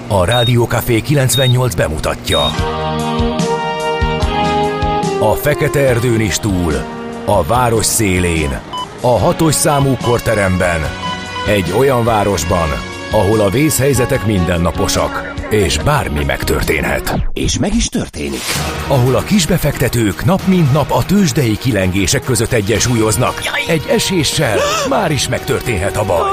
A Rádiókafé 98 bemutatja. A fekete erdőn is túl, a város szélén, a 6-os számú korteremben, egy olyan városban, ahol a vészhelyzetek mindennaposak, és bármi megtörténhet. És meg is történik. Ahol a kisbefektetők nap mint nap a tőzsdei kilengések között egyensúlyoznak. Egy eséssel már is megtörténhet a baj.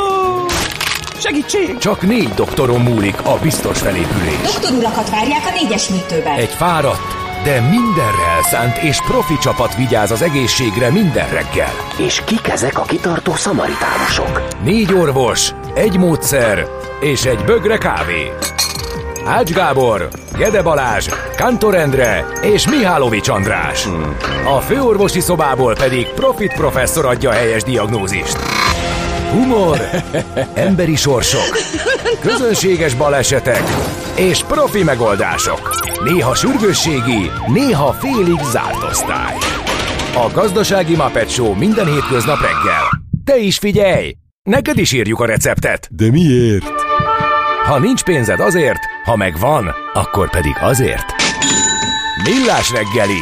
Segítség! Csak 4 doktoron múlik a biztos felépülés. Doktorulakat várják a 4-es műtőben. Egy fáradt, de mindenre elszánt és profi csapat vigyáz az egészségre minden reggel. És kik ezek a kitartó szamaritánusok? 4 orvos, egy módszer és egy bögre kávé. Ács Gábor, Gede Balázs, Kantor Endre és Mihálovics András. A főorvosi szobából pedig Profit professzor adja a helyes diagnózist. Humor, emberi sorsok, közönséges balesetek és profi megoldások. Néha sürgősségi, néha félig zárt osztály. A Gazdasági Muppet Show minden hétköznap reggel. Te is figyelj! Neked is írjuk a receptet. De miért? Ha nincs pénzed azért, ha megvan, akkor pedig azért. Millás reggeli.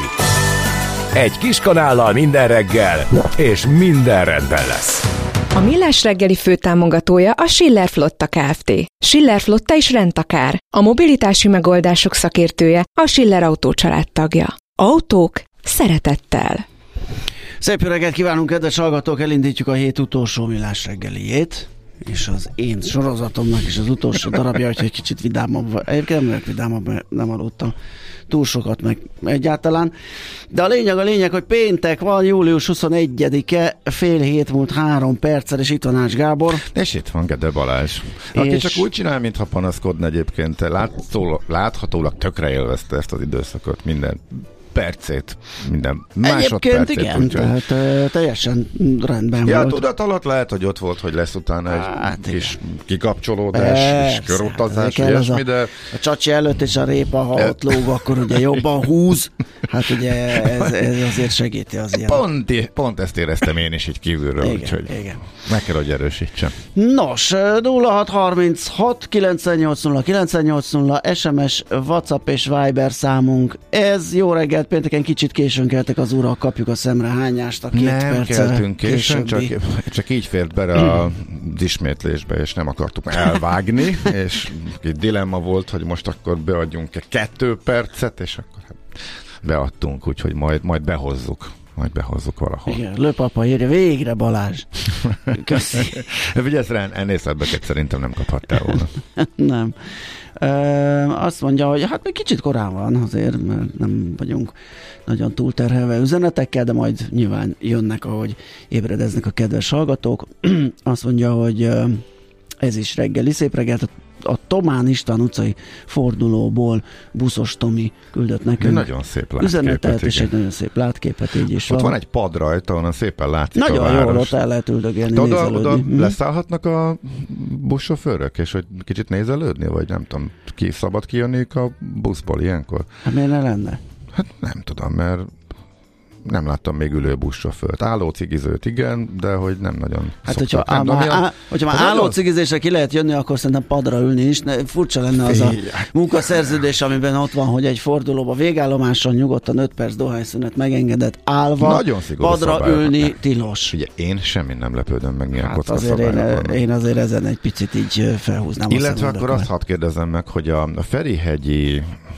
Egy kis kanállal minden reggel, és minden rendben lesz. A Millás reggeli főtámogatója a Schiller Flotta Kft. Schiller Flotta is rendtakár. A mobilitási megoldások szakértője, a Schiller Autó család tagja. Autók szeretettel. Szép jó reggelt kívánunk, kedves hallgatók! Elindítjuk a hét utolsó Millás reggeliét, és az én sorozatomnak is az utolsó darabja, hogy egy kicsit vidámabb. Egyébként nem vagyok vidámabb, mert nem aludtam túl sokat meg egyáltalán. De a lényeg, hogy péntek van, július 21-e, fél hét múlt 3 perccel, és itt van Ács Gábor. És itt van Gede Balázs. Aki csak úgy csinál, mintha panaszkodna egyébként. Láthatólag tökre élvezte ezt az időszakot, minden percét, minden másodpercét. Egyébként igen, tehát teljesen rendben volt. volt. Tudat alatt lehet, hogy ott volt, hogy lesz utána egy kis kikapcsolódás, és körutazás, ilyesmi, de... A csacsi előtt és a répa, ha ott lóg, akkor ugye jobban húz. Hát ugye ez azért segíti az ilyen. Pont ezt éreztem én is így kívülről, igen, úgyhogy igen. meg kell, hogy erősítsem. Nos, 0636 980 980 SMS, WhatsApp és Viber számunk. Ez jó reggelt, pénteken kicsit későn keltek az urak, kapjuk a szemrehányást a 2 perccel. Nem keltünk későn, csak így fért bele az ismétlésbe, és nem akartuk elvágni, és egy dilemma volt, hogy most akkor beadjunk 2 percet, és akkor beadtunk, úgyhogy majd behozzuk. Majd behozzuk valahol. Igen, Lőpapa írja, végre Balázs. Köszi. Vigyázz rá, ennél szebbeket szerintem nem kaphattál volna. Nem. Azt mondja, hogy hát még kicsit korán van azért, mert nem vagyunk nagyon túlterhelve üzenetekkel, de majd nyilván jönnek, ahogy ébredeznek a kedves hallgatók. Azt mondja, hogy ez is reggeli, szép reggelt. A Tomán István utcai fordulóból buszos Tomi küldött nekünk nagyon szép látképet, üzenetet, és egy nagyon szép látképet, így is ott van egy pad rajta, onnan szépen látszik nagyon a város. Nagyon jól, ott el lehet üldögélni, oda leszállhatnak a buszsofőrök, és hogy kicsit nézelődni, vagy nem tudom, ki szabad kijönniük a buszból ilyenkor? Hát miért ne lenne? Hát nem tudom, mert nem láttam még ülő buszsofőrt. Álló cigizőt igen, de hogy nem nagyon hát hogyha már álló cigizésre ki lehet jönni, akkor szerintem padra ülni is. Furcsa lenne az a munkaszerződés, amiben ott van, hogy egy fordulóba végállomáson nyugodtan 5 perc dohányszünet megengedett állva, padra ülni tilos. Ugye én semmi nem lepődöm meg, milyen kocka szabályok. Én azért ezen egy picit így felhúznám. Illetve akkor azt hadd kérdezzem meg, hogy a Ferihegyi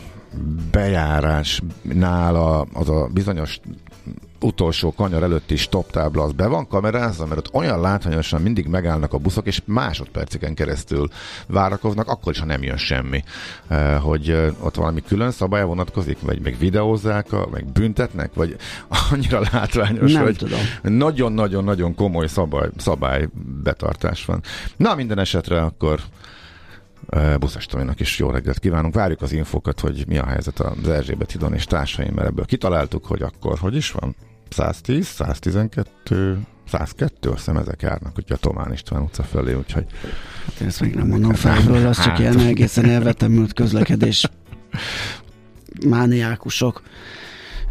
bejárásnál az a bizonyos utolsó kanyar előtti stop tábla, az be van kamerázva, mert ott olyan látványosan mindig megállnak a buszok, és másodperceken keresztül várakoznak, akkor is, ha nem jön semmi. Hogy ott valami külön szabály vonatkozik, vagy meg videózzák, meg büntetnek, vagy annyira látványos, nem hogy tudom. Nagyon-nagyon-nagyon komoly szabály betartás van. Na, minden esetre akkor Buszos Tominak is jó reggelt kívánunk. Várjuk az infokat, hogy mi a helyzet az Erzsébet hídon és társaim, mert ebből kitaláltuk, hogy akkor hogy is van? 110, 112, 102, azt hiszem ezek járnak, úgyhogy a Tomán István utca felé, úgyhogy... Hát ezt még nem mondom felről, az csak ilyen egészen elvetemült közlekedés mániákusok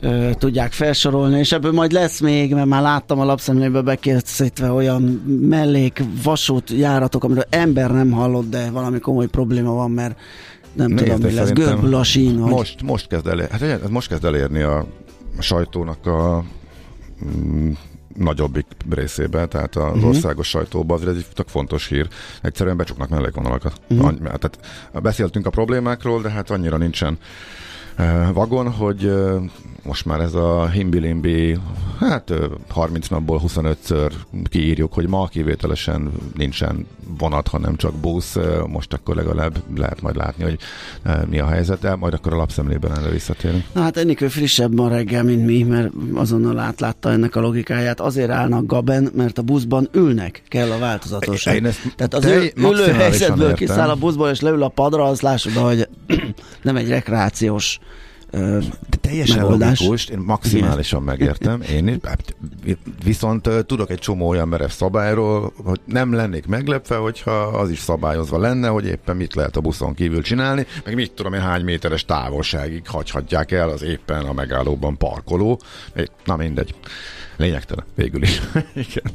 tudják felsorolni, és ebből majd lesz még, mert már láttam a lapszemlébe bekészítve olyan mellék vasút járatok, amiről ember nem hallott, de valami komoly probléma van, mert nem tudom, mi lesz, görbül a sín. Most kezd elérni a sajtónak a nagyobbik részébe, tehát az országos sajtóban azért ez egy tök fontos hír. Egyszerűen becsuknak mellékvonalakat. Tehát beszéltünk a problémákról, de hát annyira nincsen vagon, hogy most már ez a himbi-limbi, hát 30 napból 25-ször kiírjuk, hogy ma kivételesen nincsen vonat, hanem csak busz. Most akkor legalább lehet majd látni, hogy mi a helyzet, de majd akkor a lapszemlében erre visszatérünk. Na hát Enikő frissebb ma reggel, mint mi, mert azonnal átlátta ennek a logikáját. Azért állnak Gaben, mert a buszban ülnek, kell a változatosság. Tehát az ülő helyzetből kiszáll a buszból, és leül a padra, az lássuk, hogy nem egy rekreációs de teljesen logikus, én maximálisan megértem, viszont tudok egy csomó olyan merev szabályról, hogy nem lennék meglepve, hogyha az is szabályozva lenne, hogy éppen mit lehet a buszon kívül csinálni, meg mit tudom én hány méteres távolságig hagyhatják el az éppen a megállóban parkoló. Na mindegy. Lényegtelen végül is. Igen.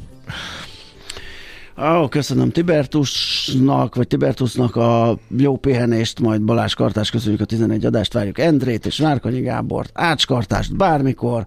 Köszönöm Tibertusnak a jó pihenést, majd Balázs Kartás, köszönjük a 11 adást, várjuk Endrét és Várkonyi Gábort, Ács Kartást bármikor.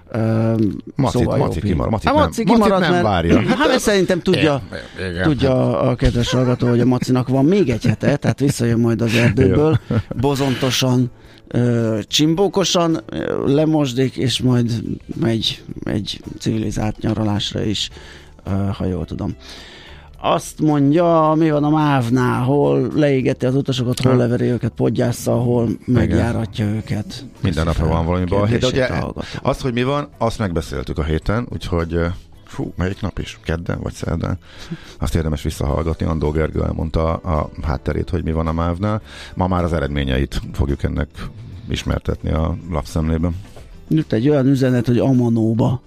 Maci kimaradt, nem várja. Hát szerintem tudja a kedves hallgató, hogy a Macinak van még egy hete, tehát visszajön majd az erdőből, bozontosan, csimbókosan lemosdik, és majd megy egy civilizált nyaralásra is, ha jól tudom. Azt mondja, mi van a MÁV-nál, hol leégeti az utasokat, hol leveri őket, podgyásza, hol megjáratja őket. Minden napra van valami baj. De ugye azt, hogy mi van, azt megbeszéltük a héten, úgyhogy melyik nap is? Kedden vagy szerdán? Azt érdemes visszahallgatni. Andó Gergő elmondta a hátterét, hogy mi van a MÁV-nál. Ma már az eredményeit fogjuk ennek ismertetni a lapszemlében. Jött egy olyan üzenet, hogy Amanóba.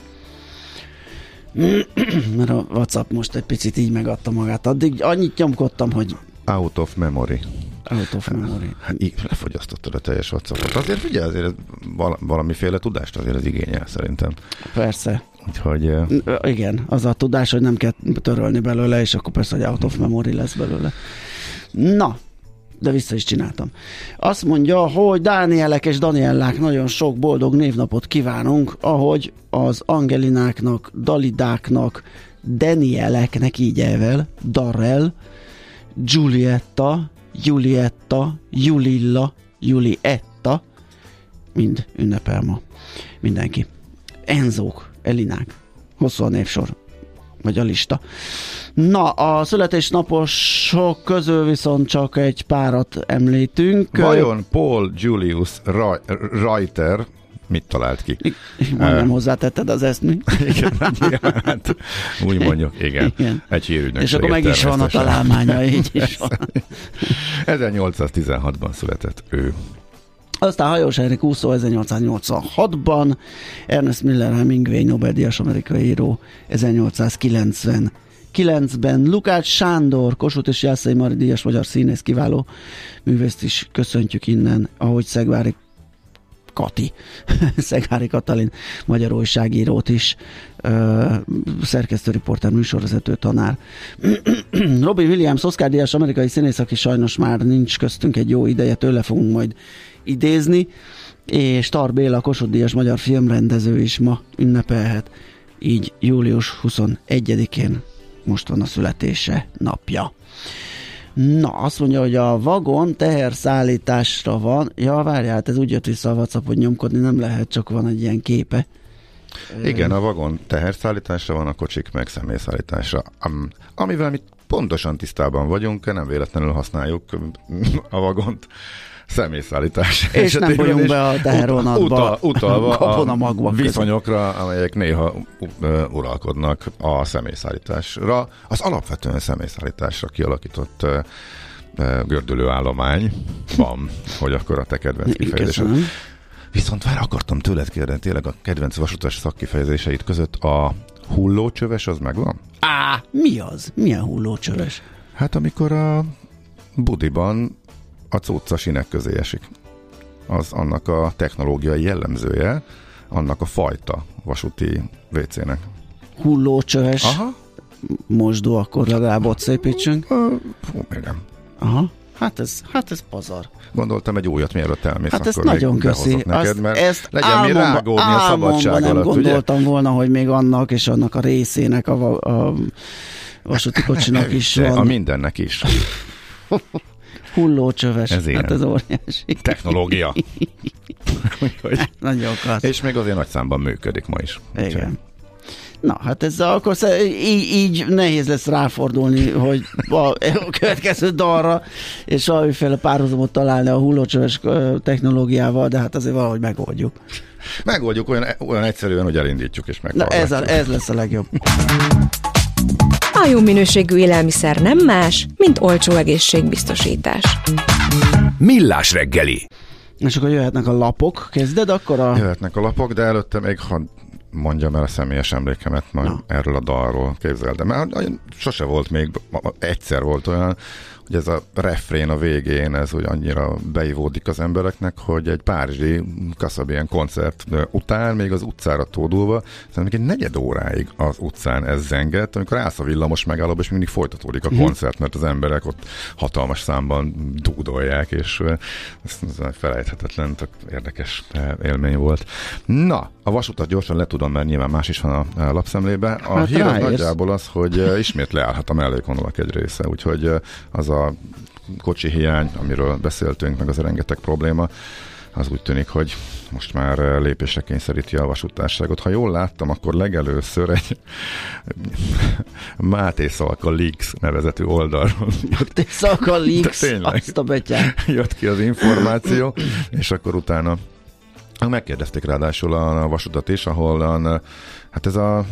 Mert a WhatsApp most egy picit így megadta magát. Addig annyit nyomkodtam, hogy Out of memory. Hát lefogyasztottad a teljes WhatsAppot. Azért figyelj, azért valamiféle tudást azért az igényel szerintem. Persze. Úgyhogy igen, az a tudás, hogy nem kell törölni belőle, és akkor persze, hogy out of memory lesz belőle. Na, de vissza is csináltam. Azt mondja, hogy Dánielek és Daniellák nagyon sok boldog névnapot kívánunk, ahogy az Angelináknak, Dalidáknak, Danieleknek így elvel, Darrell, Giulietta, Julilla, Julietta, mind ünnepel ma mindenki. Enzók, Elinák, hosszú a névsor, vagy a lista. Na, a születésnaposok közül viszont csak egy párat említünk. Vajon Paul Julius Reuter mit talált ki? Majdnem hozzátetted az ezt mi? Igen, hát, úgy mondjuk, igen. Egy hírügynökség. És akkor meg is van a találmánya, így is van. 1816-ban született ő. Aztán Hajós Henrik úszó 1886-ban, Ernest Miller Hemingway Nobel-díjas amerikai író 1899-ben, Lukács Sándor, Kossuth és Jászai Mari díjas magyar színész, kiváló művészt is köszöntjük innen, ahogy Szegvári Kati, Szegvári Katalin, magyar újságírót is, szerkesztőriporter, műsorvezető, tanár. Robin Williams, Oscar-díjas amerikai színész, aki sajnos már nincs köztünk egy jó ideje, tőle fogunk majd idézni, és Tar Béla, Kossuth-díjas magyar filmrendező is ma ünnepelhet, így július 21-én most van a születése napja. Na, azt mondja, hogy a vagon teherszállításra van. Ja, várjál, ez úgy jött vissza a WhatsApp, hogy nyomkodni nem lehet, csak van egy ilyen képe. Igen, a vagon teherszállításra van, a kocsik meg személyszállításra. Amivel mi pontosan tisztában vagyunk, nem véletlenül használjuk a vagont személyszállítás. És nem bolyunk be a tehervonatba, utalva a viszonyokra, amelyek néha uralkodnak a személyszállításra. Az alapvetően személyszállításra kialakított gördülőállomány van, hogy akkor a te kedvenc kifejezésed. Viszont akartam tőled kérdezni, tényleg a kedvenc vasutas szakkifejezéseit között a hullócsöves az megvan? Mi az? Milyen hullócsöves? Hát amikor a budiban a cucca sinek közé esik. az annak a technológiai jellemzője, annak a fajta vasúti WC-nek. Hullócsöves Aha. mosdó, akkor legalább ott szépítsünk. Igen. Aha. Hát ez pazar. Gondoltam egy újat, mielőtt elmész, Hát ezt akkor nagyon még köszi. behozok neked, mert ezt legyen mi rágódni a szabadság nem alatt, gondoltam ugye? volna, hogy még annak és annak a részének a vasúti kocsinak is van. A mindennek is. Hullócsöves. Ez ilyen. Hát ez óriási. Technológia. Úgyhogy- Nagyon klassz. És még azért nagy számban működik ma is. Igen. Na, hát ez akkor így nehéz lesz ráfordulni, hogy a következő dalra, és valamiféle párhuzamot találni a hullócsöves technológiával, de hát azért valahogy megoldjuk. Megoldjuk olyan egyszerűen, hogy elindítjuk és Na, meghallgatjuk. ez lesz a legjobb. A jó minőségű élelmiszer nem más, mint olcsó egészségbiztosítás. Millás reggeli. És akkor jöhetnek a lapok. Kezded akkor a... Jöhetnek a lapok, de előtte még mondjam el a személyes emlékemet erről a dalról, képzeld. Mert sose volt még, egyszer volt olyan, hogy ez a refrén a végén, ez úgy annyira beivódik az embereknek, hogy egy párizsi Kasabian koncert után még az utcára tódulva, szerintem egy negyed óráig az utcán ez zengett, amikor állsz a villamos megállóba, és mindig folytatódik a koncert, mert az emberek ott hatalmas számban dúdolják, és ez felejthetetlen, tök érdekes élmény volt. Na, a vasutat gyorsan letudom, mert nyilván más is van a lapszemlébe. A Hát hír az ráérsz. nagyjából az, hogy ismét leállhat a mellékvonalak egy része, úgyhogy az a kocsi hiány, amiről beszéltünk, meg az a rengeteg probléma, az úgy tűnik, hogy most már lépésre kényszeríti a vasúttárságot. Ha jól láttam, akkor legelőször egy Máté Szalka Leaks nevezetű oldalról Szalka Leaks, tényleg. azt a betyár. jött ki az információ, és akkor utána megkérdezték ráadásul a vasutat is, ahol hát ez a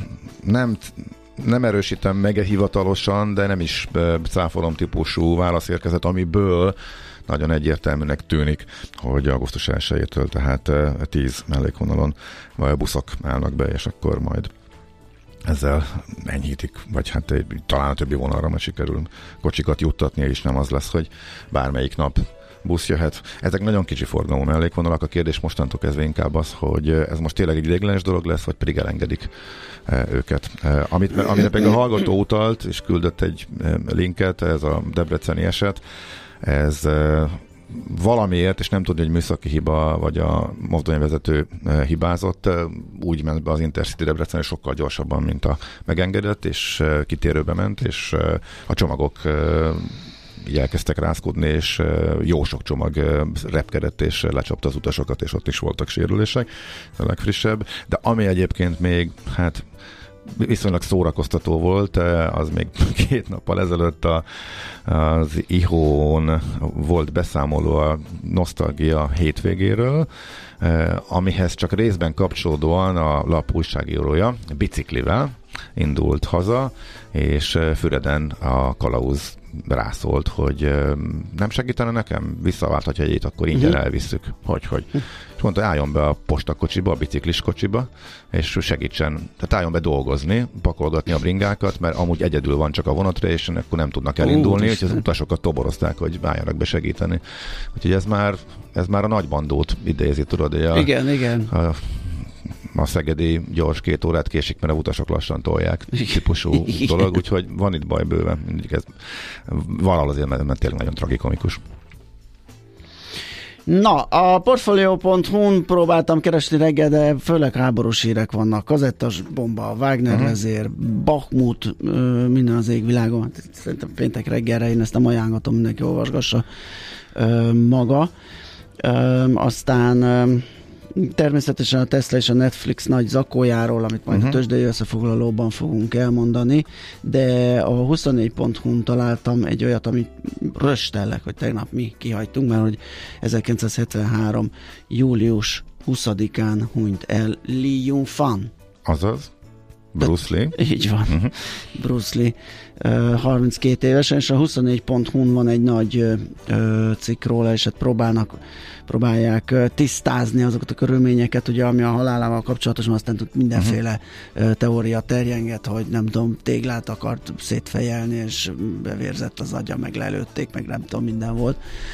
nem erősítem meg hivatalosan, de nem is cáfolom típusú válasz érkezett, amiből nagyon egyértelműnek tűnik, hogy augusztus 1-től, tehát 10 mellékvonalon buszok állnak be, és akkor majd ezzel enyhítik, vagy hát talán a többi vonalra majd sikerül kocsikat juttatni, és nem az lesz, hogy bármelyik nap busz jöhet. Ezek nagyon kicsi forgalmú mellékvonalak. A kérdés mostantól kezdve inkább az, hogy ez most tényleg egy ideiglenes dolog lesz, vagy pedig elengedik őket. Amire pedig a hallgató utalt, és küldött egy linket, ez a debreceni eset, ez valamiért, és nem tudni, hogy műszaki hiba, vagy a mozdonyvezető hibázott, úgy ment be az Intercity Debrecen sokkal gyorsabban, mint a megengedett, és kitérőbe ment, és a csomagok így elkezdtek rázkódni, és jó sok csomag repkedett, és lecsapta az utasokat, és ott is voltak sérülések, ez a legfrissebb. De ami egyébként még, hát viszonylag szórakoztató volt, az még 2 nappal ezelőtt az IHO-n volt beszámoló a Nosztalgia hétvégéről, amihez csak részben kapcsolódóan a lap újságírója biciklivel indult haza, és Füreden a kalauz rászólt, hogy nem segítene nekem, visszaválthatja jegyét, akkor ingyen elvisszük. Hogy. És mondta, álljon be a postakocsiba, a biciklis kocsiba, és segítsen, tehát álljon be dolgozni, pakolgatni a bringákat, mert amúgy egyedül van csak a vonatra, és akkor nem tudnak elindulni, úgyhogy az utasokat toborozták, hogy álljanak be segíteni. Úgyhogy ez már a nagy bandót idézi, tudod, Igen. A szegedi gyors 2 órát késik, mert a utasok lassan tolják típusú dolog, úgyhogy van itt baj bőven. Mindig ez valahol azért, mert tényleg nagyon tragikomikus. Na, a Portfolio.hu-n próbáltam keresni reggel, de főleg háborús hírek vannak. Kazettas bomba, Wagner vezér, Bakhmut, minden az égvilágon. Szerintem péntek reggelre én ezt nem ajánlatom, mindenki olvasgassa maga. Aztán természetesen a Tesla és a Netflix nagy zakójáról, amit majd a tőzsdei összefoglalóban fogunk elmondani, de a 24.hu-n találtam egy olyat, amit röstellek, hogy tegnap mi kihagytunk, mert hogy 1973. július 20-án hunyt el Lee Jung-fan. Azaz? Bruce Lee? Így van. Bruce Lee. 32 évesen, és a 24.hu-n van egy nagy cikk róla, és hát próbálják tisztázni azokat a körülményeket, ugye, ami a halálával kapcsolatosan, aztán mindenféle teória terjenget, hogy nem tudom, téglát akart szétfejelni, és bevérzett az agya, meg lelőtték, meg nem tudom, minden volt.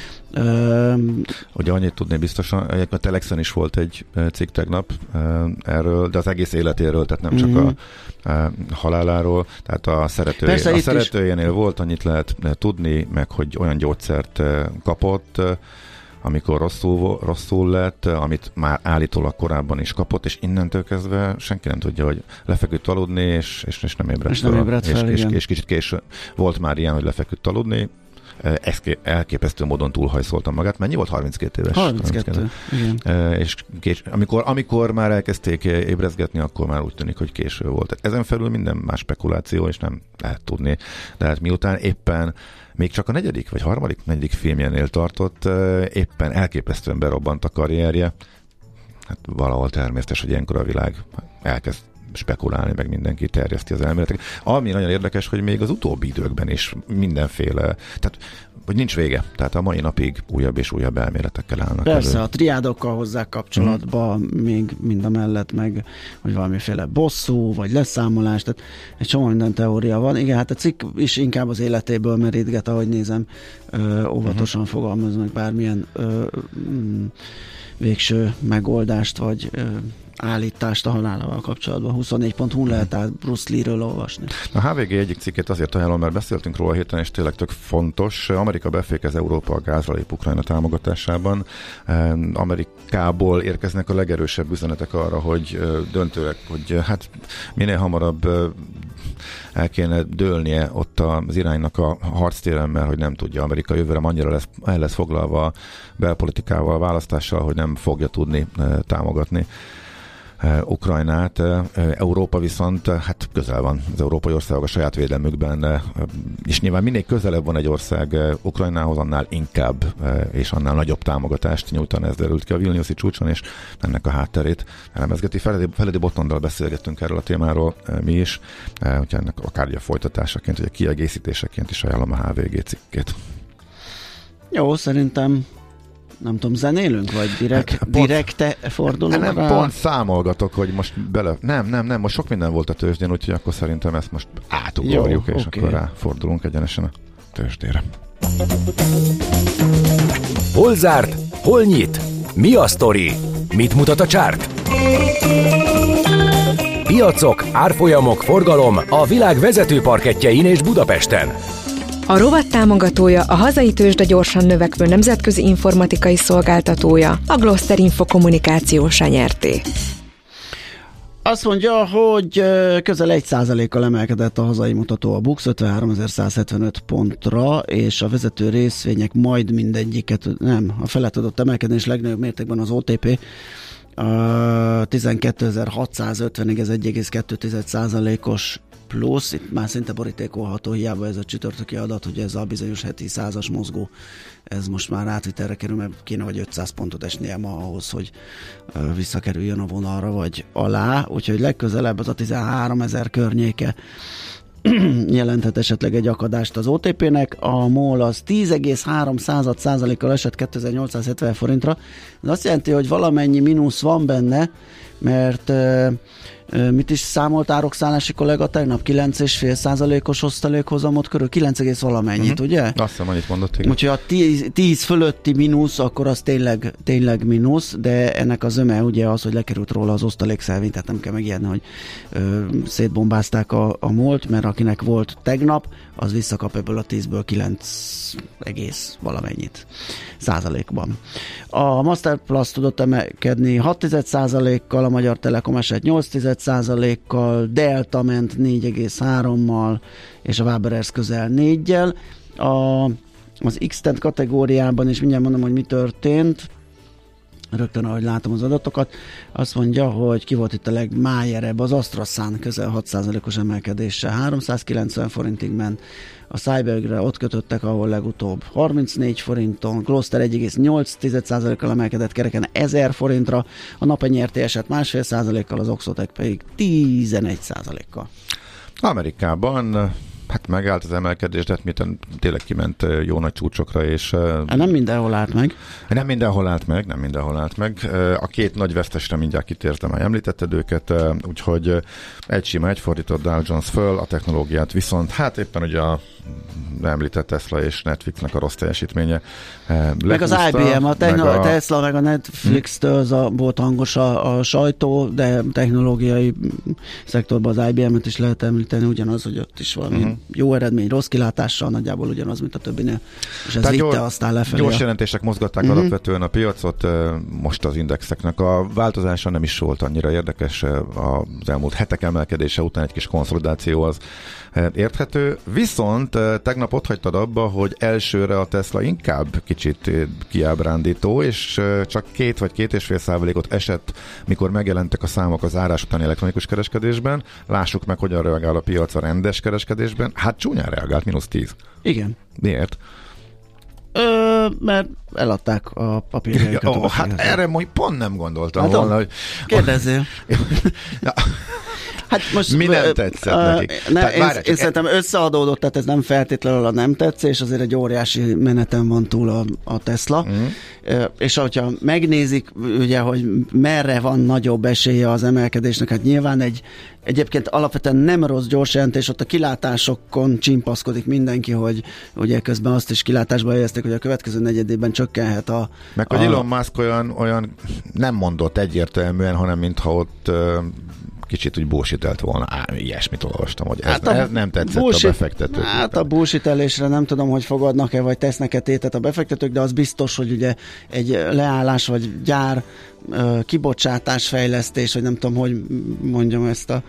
Ugye annyit tudni biztosan, a Telexen is volt egy cikk tegnap erről, de az egész életéről, tehát nem csak a haláláról, tehát a szeretőjénél volt, annyit lehet tudni, meg hogy olyan gyógyszert kapott, amikor rosszul lett, amit már állítólag korábban is kapott, és innentől kezdve senki nem tudja, hogy lefeküdt aludni, és nem ébredt fel. És kicsit késő volt már ilyen, hogy lefeküdt aludni, elképesztő módon túlhajszoltam magát. Mennyi volt? 32 éves? 32. Igen. És amikor már elkezdték ébrezgetni, akkor már úgy tűnik, hogy késő volt. Ezen felül minden más spekuláció, és nem lehet tudni. De hát miután éppen még csak a negyedik filmjénél tartott, éppen elképesztően berobbant a karrierje. Hát valahol természetes, hogy ilyenkor a világ elkezd spekulálni, meg mindenki terjeszti az elméletek. Ami nagyon érdekes, hogy még az utóbbi időkben is mindenféle, tehát hogy nincs vége. Tehát a mai napig újabb és újabb elméletekkel állnak. Persze, elő. a triádokkal hozzák kapcsolatba, még mind a mellett, meg hogy valamiféle bosszú, vagy leszámolás, tehát egy csomó minden teória van. Igen, hát a cikk is inkább az életéből merítget, ahogy nézem, óvatosan fogalmaznak bármilyen végső megoldást, vagy állítást a halálával kapcsolatban. 24.hu lehet át Bruce Lee-ről olvasni. A HVG egyik cikkét azért ajánlom, mert beszéltünk róla héten, és tényleg tök fontos. Amerika befékez Európa a gázralép Ukrajna támogatásában. Amerikából érkeznek a legerősebb üzenetek arra, hogy döntőek, hogy hát minél hamarabb el kéne dőlnie ott az iránynak a harctéren, mert hogy nem tudja. Amerika jövőre annyira el lesz foglalva belpolitikával, választással, hogy nem fogja tudni támogatni Ukrajnát. Európa viszont hát közel van az európai országok a saját védelmükben, és nyilván minél közelebb van egy ország Ukrajnához, annál inkább és annál nagyobb támogatást nyújtani. Ez derült ki a Vilniuszi csúcson, és ennek a hátterét elemezgeti. Feledi Botondal beszélgettünk erről a témáról mi is, hogyha ennek akár a folytatásaként, vagy a kiegészítéseként is ajánlom a HVG cikkét. Jó, szerintem nem tudom, zenélünk, vagy direkte fordulunk nem, rá? Pont számolgatok, hogy most Nem, most sok minden volt a tőzsdén, úgyhogy akkor szerintem ezt most átugorjuk, és akkor ráfordulunk egyenesen a tőzsdére. Hol zárt? Hol nyit? Mi a sztori? Mit mutat a csárt? Piacok, árfolyamok, forgalom a világ vezető parkettjein és Budapesten. A rovat támogatója, a hazai tőzsde gyorsan növekvő nemzetközi informatikai szolgáltatója, a Gloster Info Kommunikációs nyerté. Azt mondja, hogy közel 1%-kal emelkedett a hazai mutató, a BUX 53.175 pontra, és a vezető részvények majd mindegyiket, a fele tudott emelkedni, és legnagyobb mértékben az OTP, 12.650-ig, ez 1,2%-os plusz, itt már szinte borítékolható, hiába ez a csütörtöki adat, hogy ez a bizonyos heti 100-as mozgó, ez most már átvitelre kerül, mert kéne, hogy 500 pontot esnie ma ahhoz, hogy visszakerüljön a vonalra, vagy alá, úgyhogy legközelebb az a 13.000 környéke jelenthet esetleg egy akadást az OTP-nek, a MOL az 10,3%-kal esett 2870 forintra, ez azt jelenti, hogy valamennyi mínusz van benne, mert mit is számolt árokszállási kollega tegnap? 9,5%-os osztalékhozamot körül, 9, valamennyit, ugye? Azt hiszem, annyit mondott, igen. Úgyhogy a 10 fölötti mínusz, akkor az tényleg mínusz, de ennek az öme ugye az, hogy lekerült róla az osztalékszelvény, tehát nem kell megijedni, hogy szétbombázták a MOL-t, mert akinek volt tegnap, az visszakap ebből a 10-ből 9 valamennyit százalékban. A Masterplus tudott emelkedni 6,1%-kal, a Magyar Telekom esett 8,1%-kal, Delta ment 4,3-mal, és a Waberers közel 4-jel. Az X-Tent kategóriában is mindjárt mondom, hogy mi történt, rögtön ahogy látom az adatokat, azt mondja, hogy ki volt itt a legmájerebb, az AstraZan közel 6%-os emelkedéssel 390 forintig ment, a Cybergre ott kötöttek, ahol legutóbb 34 forinton, Gloster 1,8%-kal emelkedett kereken 1000 forintra, a Nape nyerté esett 1,5%-kal, az Oxotec pedig 11%-kal. Amerikában hát megállt az emelkedés, de tényleg kiment jó nagy csúcsokra, és... Nem mindenhol állt meg. Nem mindenhol állt meg. A két nagy vesztesre mindjárt kitértem, már említetted őket, úgyhogy egy sima, egy fordított Dow Jones föl, a technológiát viszont, hát éppen ugye a említett Tesla és Netflixnek a rossz teljesítménye. Meg az IBM, a Tesla meg a Netflix-től volt hangos a sajtó, de technológiai szektorban az IBM-et is lehet említeni, ugyanaz, hogy ott is valami jó eredmény, rossz kilátással, nagyjából ugyanaz, mint a többinél. És ez vitte aztán lefelé. Gyors jelentések mozgatták alapvetően a piacot, most az indexeknek a változása nem is volt annyira érdekes, az elmúlt hetek emelkedése után egy kis konszolidáció az érthető, viszont tegnap ott hagytad abba, hogy elsőre a Tesla inkább kicsit kiábrándító, és csak 2 vagy 2,5%-ot esett, mikor megjelentek a számok az zárás utáni elektronikus kereskedésben. Lássuk meg, hogyan reagál a piac a rendes kereskedésben. Hát csúnyán reagált, -10. Igen. Miért? Mert eladták a papírjaikat. Hát erre majd pont nem gondoltam volna, hogy... Kérdezzél. Hát most mi nem tetszett nekik? Én szerintem összeadódott, tehát ez nem feltétlenül a nem tetszés, azért egy óriási meneten van túl a Tesla, és hogyha megnézik, ugye, hogy merre van nagyobb esélye az emelkedésnek, hát nyilván egyébként alapvetően nem rossz gyors jelentés, ott a kilátásokon csimpaszkodik mindenki, hogy ugye közben azt is kilátásba helyezték, hogy a következő negyedében csökkenhet meg hogy Elon Musk olyan nem mondott egyértelműen, hanem mintha ott kicsit úgy bullshitelt volna. Ilyesmit olvastam, hogy ez nem tetszett a befektetők. Hát a bullshitelésre nem tudom, hogy fogadnak-e, vagy tesznek-e tétet a befektetők, de az biztos, hogy ugye egy leállás, vagy gyár kibocsátás, fejlesztés, vagy nem tudom, hogy mondjam ezt a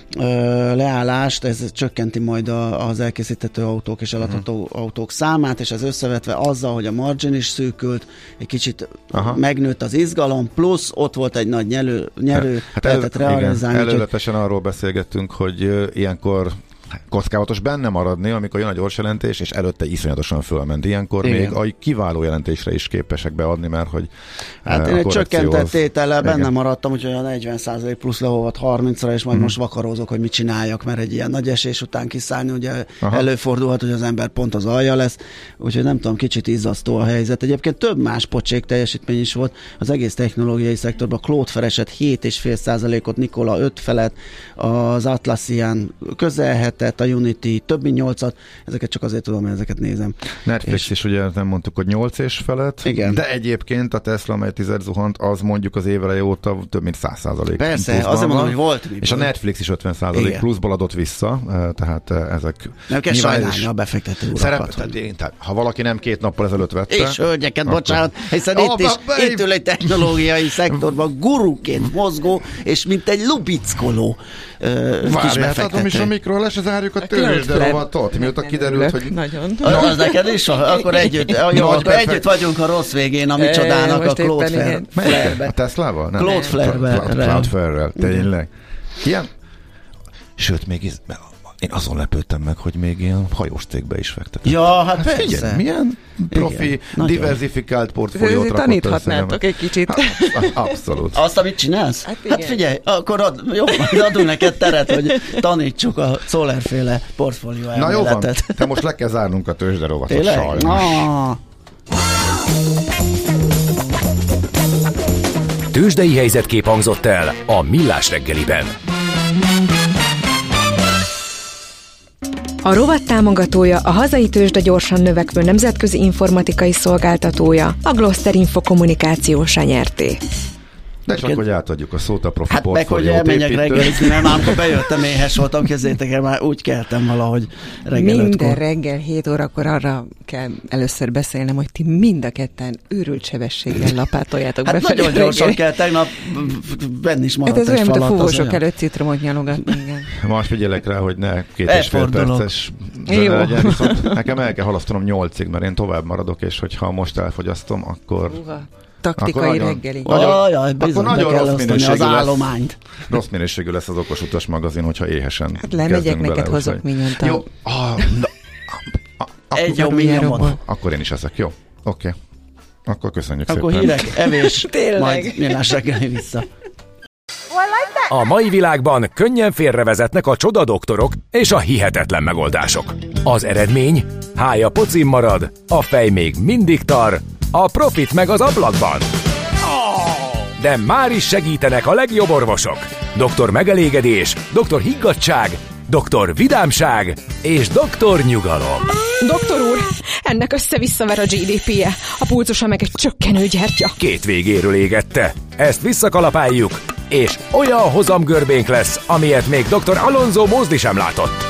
leállást, ez csökkenti majd az elkészíthető autók és eladható autók számát, és ez összevetve azzal, hogy a margin is szűkült, egy kicsit megnőtt az izgalom, plusz ott volt egy nagy nyerő, lehetett realizálni. Előzetesen arról beszélgettünk, hogy ilyenkor kockázatos benne maradni, amikor jön a gyors jelentés, és előtte iszonyatosan fölment. Ilyenkor még a kiváló jelentésre is képesek beadni, mert hogy hát én egy csökkentett tétellel benne maradtam, úgyhogy a 40% plusz leolvad 30-ra, és majd most vakarózok, hogy mit csináljak, mert egy ilyen nagy esés után kiszállni, ugye előfordulhat, hogy az ember pont az alja lesz, úgyhogy nem tudom, kicsit izzasztó a helyzet. Egyébként több más pocsék teljesítmény is volt az egész technológiai szektorban. Cloudflare esett 7,5%-ot, Nikola 5 felett, az Atlassian közel a Unity több mint 8-at, ezeket csak azért tudom, mert ezeket nézem. Netflix is ugye nem mondtuk, hogy 8 és felett, igen. De egyébként a Tesla, amely 10 zuhant, az mondjuk az éveleje óta több mint 100%. Persze, azért mondom, hogy volt miből. És a Netflix is 50% pluszból adott vissza, tehát ezek... Nem kell sajnálni a befektető urakat. Ha valaki nem 2 nappal ezelőtt vette... És hölgyeket, bocsánat, hiszen itt ül egy technológiai szektorban guruként mozgó, és mint egy lubickoló kis befektető. Is a mikról, és zárjuk a tőzsde rovatot, mióta kiderült, hogy... Nagyon. Az neked is? Akkor együtt, akkor együtt vagyunk a rossz végén, a micsodának a Cloudflare-be. A Teslával? Cloudflare-rel. Tényleg. Ilyen? Sőt, még én azon lepődtem meg, hogy még ilyen hajós cégbe is fektetett. Ja, hát persze. Figyelj, milyen profi, diversifikált portfóliót rakott taníthatnátok egy kicsit. Abszolút. Azt, amit csinálsz? Hát figyelj, akkor adunk neked teret, hogy tanítsuk a Solar-féle portfólió elméletet. Na jó van, te most le kell zárnunk a tőzsde rovatot, sajnos. Tőzsdei helyzetkép hangzott el a Millás reggeliben. A rovat támogatója, a hazai tőzsde gyorsan növekvő nemzetközi informatikai szolgáltatója, a Gloster Info Kommunikációs Nyerté. De csak, hogy átadjuk a szót a profi portfóliót. Hát meg, hogy elmenjek reggelizni, mert már amikor bejöttem, éhes voltam, kezdjétek el, már úgy keltem valahogy reggel 5-kor. Minden reggel 7 órakor arra kell először beszélnem, hogy ti mind a ketten őrült sebességgel lapátoljátok hát befelé. Nagyon gyorsan kell, tegnap benn is maradt egy falat. Ez olyan, mint a fúvósok előtt citromot nyalogatni. Most figyelek rá, hogy ne 2,5 perces legyen, viszont nekem el kell halasztanom 8-ig, mert én tovább maradok, és hogyha most elfogyasztom, akkor... Taktikai reggeli. Akkor nagyon rossz minőségű állományt. Rossz minőségű lesz az Okos Utas magazin, hogyha éhesen hát lemegyek, neked hozok minyont. Jó. Egy jó minyomot. Akkor én is eszek, jó? Oké. Akkor köszönjük akkor szépen. Akkor hírek, evés, majd Millás reggeli vissza. Well, I like that. A mai világban könnyen félrevezetnek a csodadoktorok és a hihetetlen megoldások. Az eredmény? Hája pocim marad, a fej még mindig tar, a profit meg az ablakban. De már is segítenek a legjobb orvosok. Doktor megelégedés, doktor higgadtság, doktor vidámság és doktor nyugalom. Doktor úr, ennek össze-visszaver a GDP-je, a pulzusa meg egy csökkenő gyertya. Két végéről égette. Ezt visszakalapáljuk, és olyan hozamgörbénk lesz, amilyet még dr. Alonso Mózdi sem látott.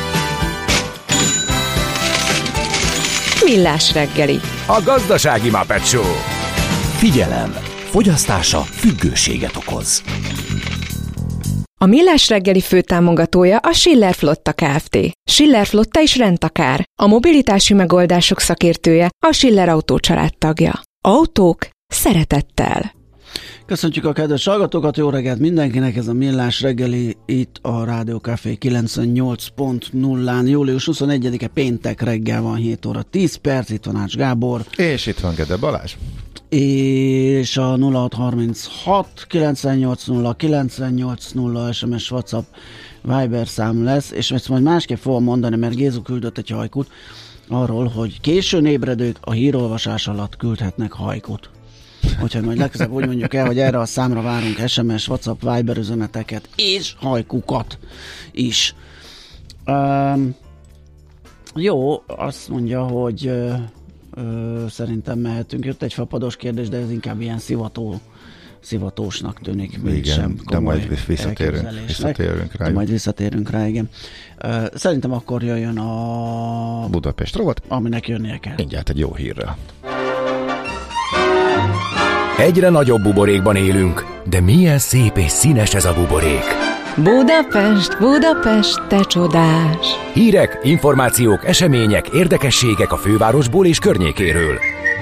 Millás reggeli. A gazdasági Muppet Show. Figyelem! Fogyasztása függőséget okoz. A Millás reggeli főtámogatója a Schiller Flotta Kft. Schiller Flotta is rendtakár. A mobilitási megoldások szakértője, a Schiller Autó családtagja. Autók szeretettel. Köszöntjük a kedves hallgatókat, jó reggelt mindenkinek, ez a Millás reggeli itt a Rádió Café 98.0-án, július 21-e péntek reggel van, 7 óra 10 perc, itt van Ács Gábor. És itt van Gede Balázs. És a 0636 980 980 SMS, WhatsApp, Viber szám lesz, és ezt majd másképp fogom mondani, mert Gézu küldött egy hajkut arról, hogy későn ébredők a hírolvasás alatt küldhetnek hajkut. Úgyhogy majd legközelebb úgy mondjuk el, hogy erre a számra várunk SMS, WhatsApp, Viber üzeneteket és hajkukat is. Jó, azt mondja, hogy szerintem mehetünk. Jött egy fapados kérdés, de ez inkább ilyen szivatósnak tűnik, mint igen, sem de majd visszatérünk rá. Majd visszatérünk rá, igen. Szerintem akkor jöjjön a Budapest rovat, aminek jönnie kell. mindjárt egy jó hírrel. Egyre nagyobb buborékban élünk, de milyen szép és színes ez a buborék. Budapest, Budapest, te csodás! Hírek, információk, események, érdekességek a fővárosból és környékéről.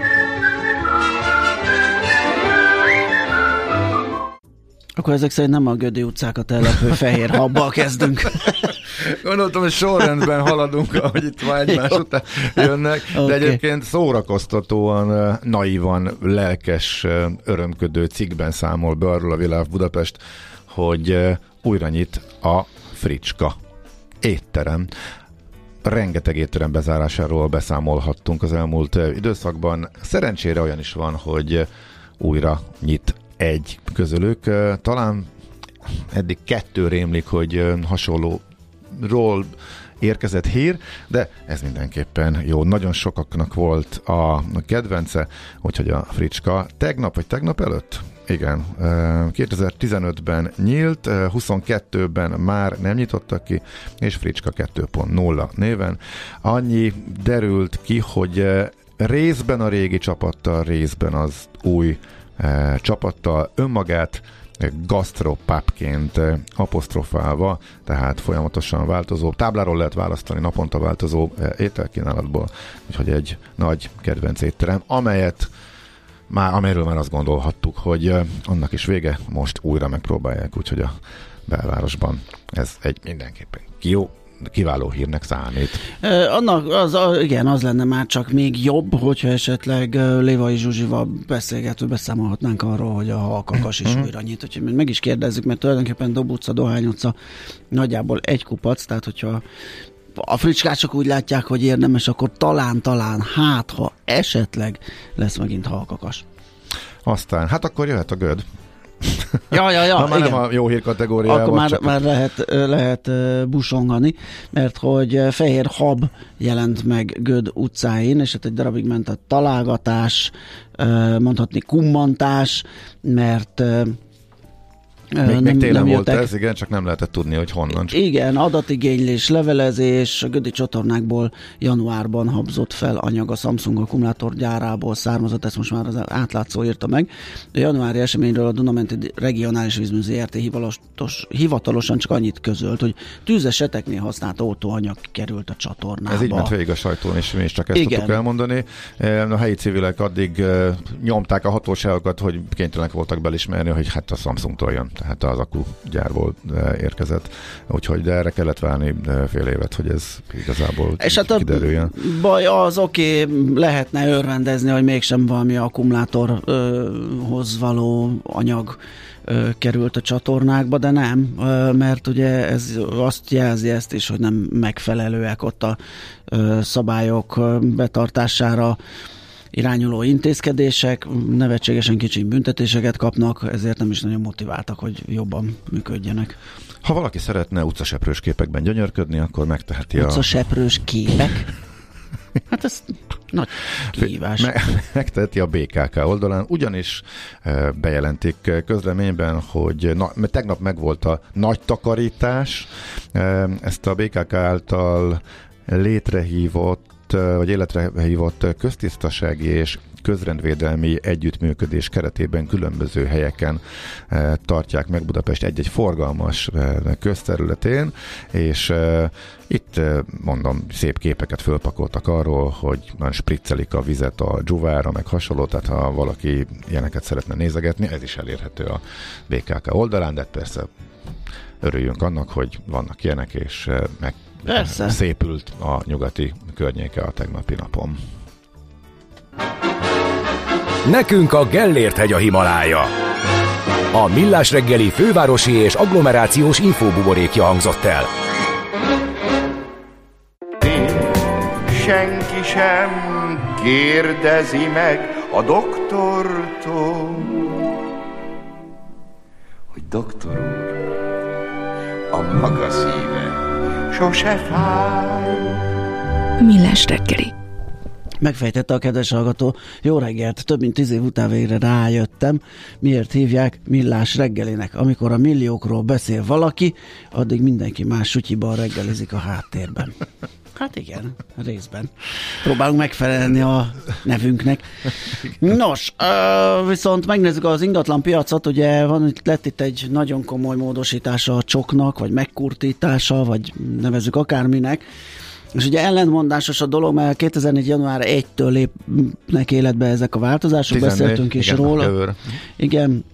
Akkor ezek szerint nem a Gödi utcákat ellepő fehér habbal kezdünk. Gondoltam, hogy sorrendben haladunk, ahogy itt már egymás után jönnek, de egyébként szórakoztatóan, naívan, lelkes, örömködő cikkben számol be arról a Világ Budapest, hogy újra nyit a Fricska étterem. Rengeteg étterem bezárásáról beszámolhattunk az elmúlt időszakban. Szerencsére olyan is van, hogy újra nyit egy közülük. Talán eddig 2 rémlik, hogy hasonlóról érkezett hír, de ez mindenképpen jó. Nagyon sokaknak volt a kedvence, úgyhogy a Fricska tegnap előtt? Igen, 2015-ben nyílt, 22-ben már nem nyitottak ki, és Fricska 2.0 néven. Annyi derült ki, hogy részben a régi csapattal, részben az új csapattal önmagát gasztropubként apostrofálva, tehát folyamatosan változó, tábláról lehet választani naponta változó ételkínálatból, úgyhogy egy nagy kedvenc étterem, amelyről már azt gondolhattuk, hogy annak is vége, most újra megpróbálják, úgyhogy a belvárosban ez egy mindenképpen kiváló hírnek számít. Igen, az lenne már csak még jobb, hogyha esetleg Lévai Zsuzsival beszámolhatnánk arról, hogy a Halkakas is újra nyit. Úgyhogy meg is kérdezzük, mert tulajdonképpen Dob utca, Dohány utca nagyjából egy kupac, tehát hogyha a fricskások úgy látják, hogy érdemes, akkor talán, ha esetleg lesz megint Halkakas. Aztán, hát akkor jöhet a Göd. Ja, ha már igen. Nem a jó hír kategóriában. Akkor már lehet busongani, mert hogy fehér hab jelent meg Göd utcáin, és hát egy darabig ment a találgatás, mondhatni kummantás, mert még télen volt ez, igen, csak nem lehetett tudni, hogy honnan. Igen, adatigénylés, levelezés, a gödi csatornákból januárban habzott fel anyag a Samsung akkumulátorgyárából származott, ezt most már az átlátszó írta meg. A januári eseményről a Dunamenti Regionális Vízmű ZRT hivatalosan csak annyit közölt, hogy tűzeseteknél használt oltóanyag került a csatornába. Ez így ment végig a sajtón, és mi is csak ezt tudtuk elmondani. A helyi civilek addig nyomták a hatóságokat, hogy kénytelenek voltak belismerni, hogy hát a Samsungtól jön. tehát az akkugyárból érkezett. Úgyhogy de erre kellett várni fél évet, hogy ez igazából és hát kiderüljön. Baj az lehetne örvendezni, hogy mégsem valami akkumulátorhoz való anyag került a csatornákba, de nem, mert ugye ez azt jelzi ezt is, hogy nem megfelelőek ott a szabályok betartására irányuló intézkedések, nevetségesen kicsi büntetéseket kapnak, ezért nem is nagyon motiváltak, hogy jobban működjenek. Ha valaki szeretne utcaseprős képekben gyönyörködni, akkor megteheti utcaseprős képek? Hát ez nagy kihívás. Megteheti a BKK oldalán, ugyanis bejelentik közleményben, hogy tegnap megvolt a nagy takarítás, ezt a BKK által életre hívott köztisztasági és közrendvédelmi együttműködés keretében különböző helyeken tartják meg Budapest egy-egy forgalmas közterületén, és itt mondom, szép képeket fölpakoltak arról, hogy már spriccelik a vizet a dzsuvára, meg hasonló, tehát ha valaki ilyeneket szeretne nézegetni, ez is elérhető a BKK oldalán, de persze örüljünk annak, hogy vannak ilyenek, és persze. Szépült a nyugati környéke a tegnapi napon. Nekünk a Gellért-hegy a Himalája. A Millás reggeli fővárosi és agglomerációs infóbuborékja hangzott el. Senki sem kérdezi meg a doktortól, hogy doktor úr, a maga szíve sose fáj. Millás reggeli. Megfejtette a kedves hallgató. Jó reggelt, több mint 10 év után végre rájöttem, miért hívják Millás reggelinek. Amikor a milliókról beszél valaki, addig mindenki más sutyiban reggelizik a háttérben. Hát igen, részben. Próbálunk megfelelni a nevünknek. Nos, viszont megnézzük az ingatlan piacot, ugye lett itt egy nagyon komoly módosítása a csoknak, vagy megkurtítása, vagy nevezzük akárminek. És ugye ellentmondásos a dolog, mert 2004. január 1-től lépnek életbe ezek a változások, 14, beszéltünk is igen, róla. Igen.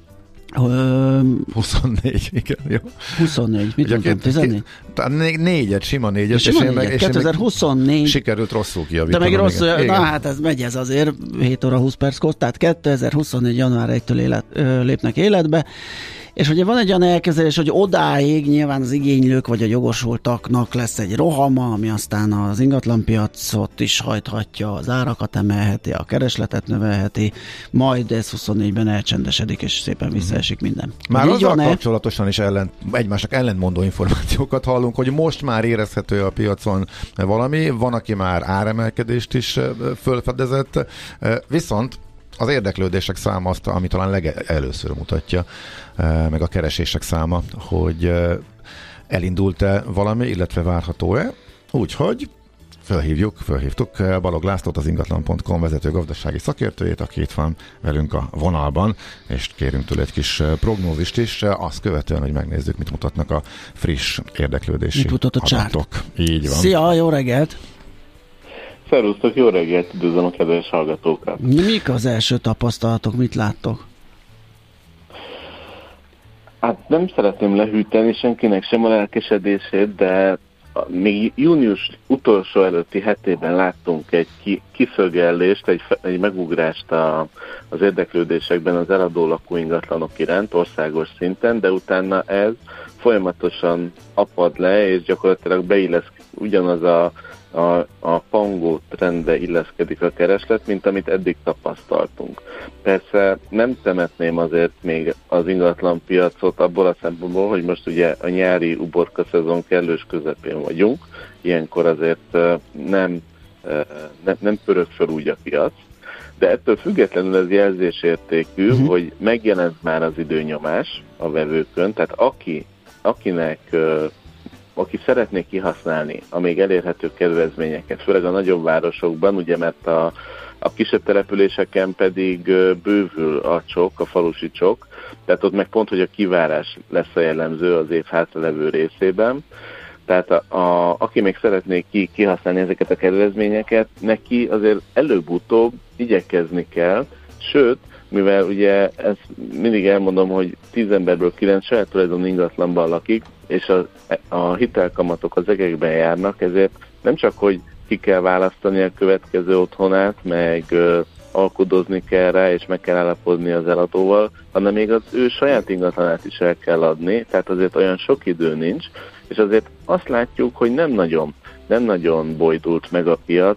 24, igen, jó. 24, mit mondtam, 14? Négyet, sima négyet. Sima négyet, 2024. Sikerült rosszul kijavítanom. De meg rosszul, na hát ez megy ez azért, 7 óra 20 perckor, tehát 2024. január 1-től lépnek életbe. És ugye van egy olyan elképzelés, hogy odáig nyilván az igénylők vagy a jogosultaknak lesz egy rohama, ami aztán az ingatlanpiacot is hajthatja, az árakat emelheti, a keresletet növelheti, majd ez 24-ben elcsendesedik, és szépen visszaesik minden. Már azzal kapcsolatosan is egymásnak ellentmondó információkat hallunk, hogy most már érezhető a piacon valami, van, aki már áremelkedést is fölfedezett, viszont az érdeklődések száma azt, ami talán legelőször mutatja, meg a keresések száma, hogy elindult-e valami, illetve várható-e. Úgyhogy fölhívtuk Balog Lászlót, az ingatlan.com vezető gazdasági szakértőjét, aki itt van velünk a vonalban, és kérünk tőle egy kis prognózist is, azt követően, hogy megnézzük, mit mutatnak a friss érdeklődési adatok. Így van. Szia, jó reggelt! Szervusztok, jó reggelt, üdvözlöm a kedves hallgatókat! Mik az első tapasztalatok, mit láttok? Hát nem szeretném lehűteni senkinek sem a lelkesedését, de még június utolsó előtti hetében láttunk egy kiszögellést, egy megugrást az érdeklődésekben az eladó lakóingatlanok iránt országos szinten, de utána ez folyamatosan apad le, és gyakorlatilag ugyanaz a pangó trendbe illeszkedik a kereslet, mint amit eddig tapasztaltunk. Persze nem temetném azért még az ingatlan piacot abból a szempontból, hogy most ugye a nyári uborka szezon kellős közepén vagyunk, ilyenkor azért nem pörög fel úgy a piac, de ettől függetlenül ez jelzésértékű, hogy megjelent már az időnyomás a vevőkön, tehát aki szeretné kihasználni a még elérhető kedvezményeket, főleg a nagyobb városokban, ugye mert a kisebb településeken pedig bővül a csok, a falusi csok, tehát ott meg pont, hogy a kivárás lesz a jellemző az év hátralevő részében. Tehát aki még szeretné kihasználni ezeket a kedvezményeket, neki azért előbb-utóbb igyekezni kell, Sőt, mivel ugye ezt mindig elmondom, hogy 10 emberből 9 saját tulajdon ingatlanban lakik, és a hitelkamatok az egekben járnak, ezért nem csak, hogy ki kell választani a következő otthonát, meg alkudozni kell rá, és meg kell állapodni az eladóval, hanem még az ő saját ingatlanát is el kell adni, tehát azért olyan sok idő nincs, és azért azt látjuk, hogy nem nagyon bojdult meg a piac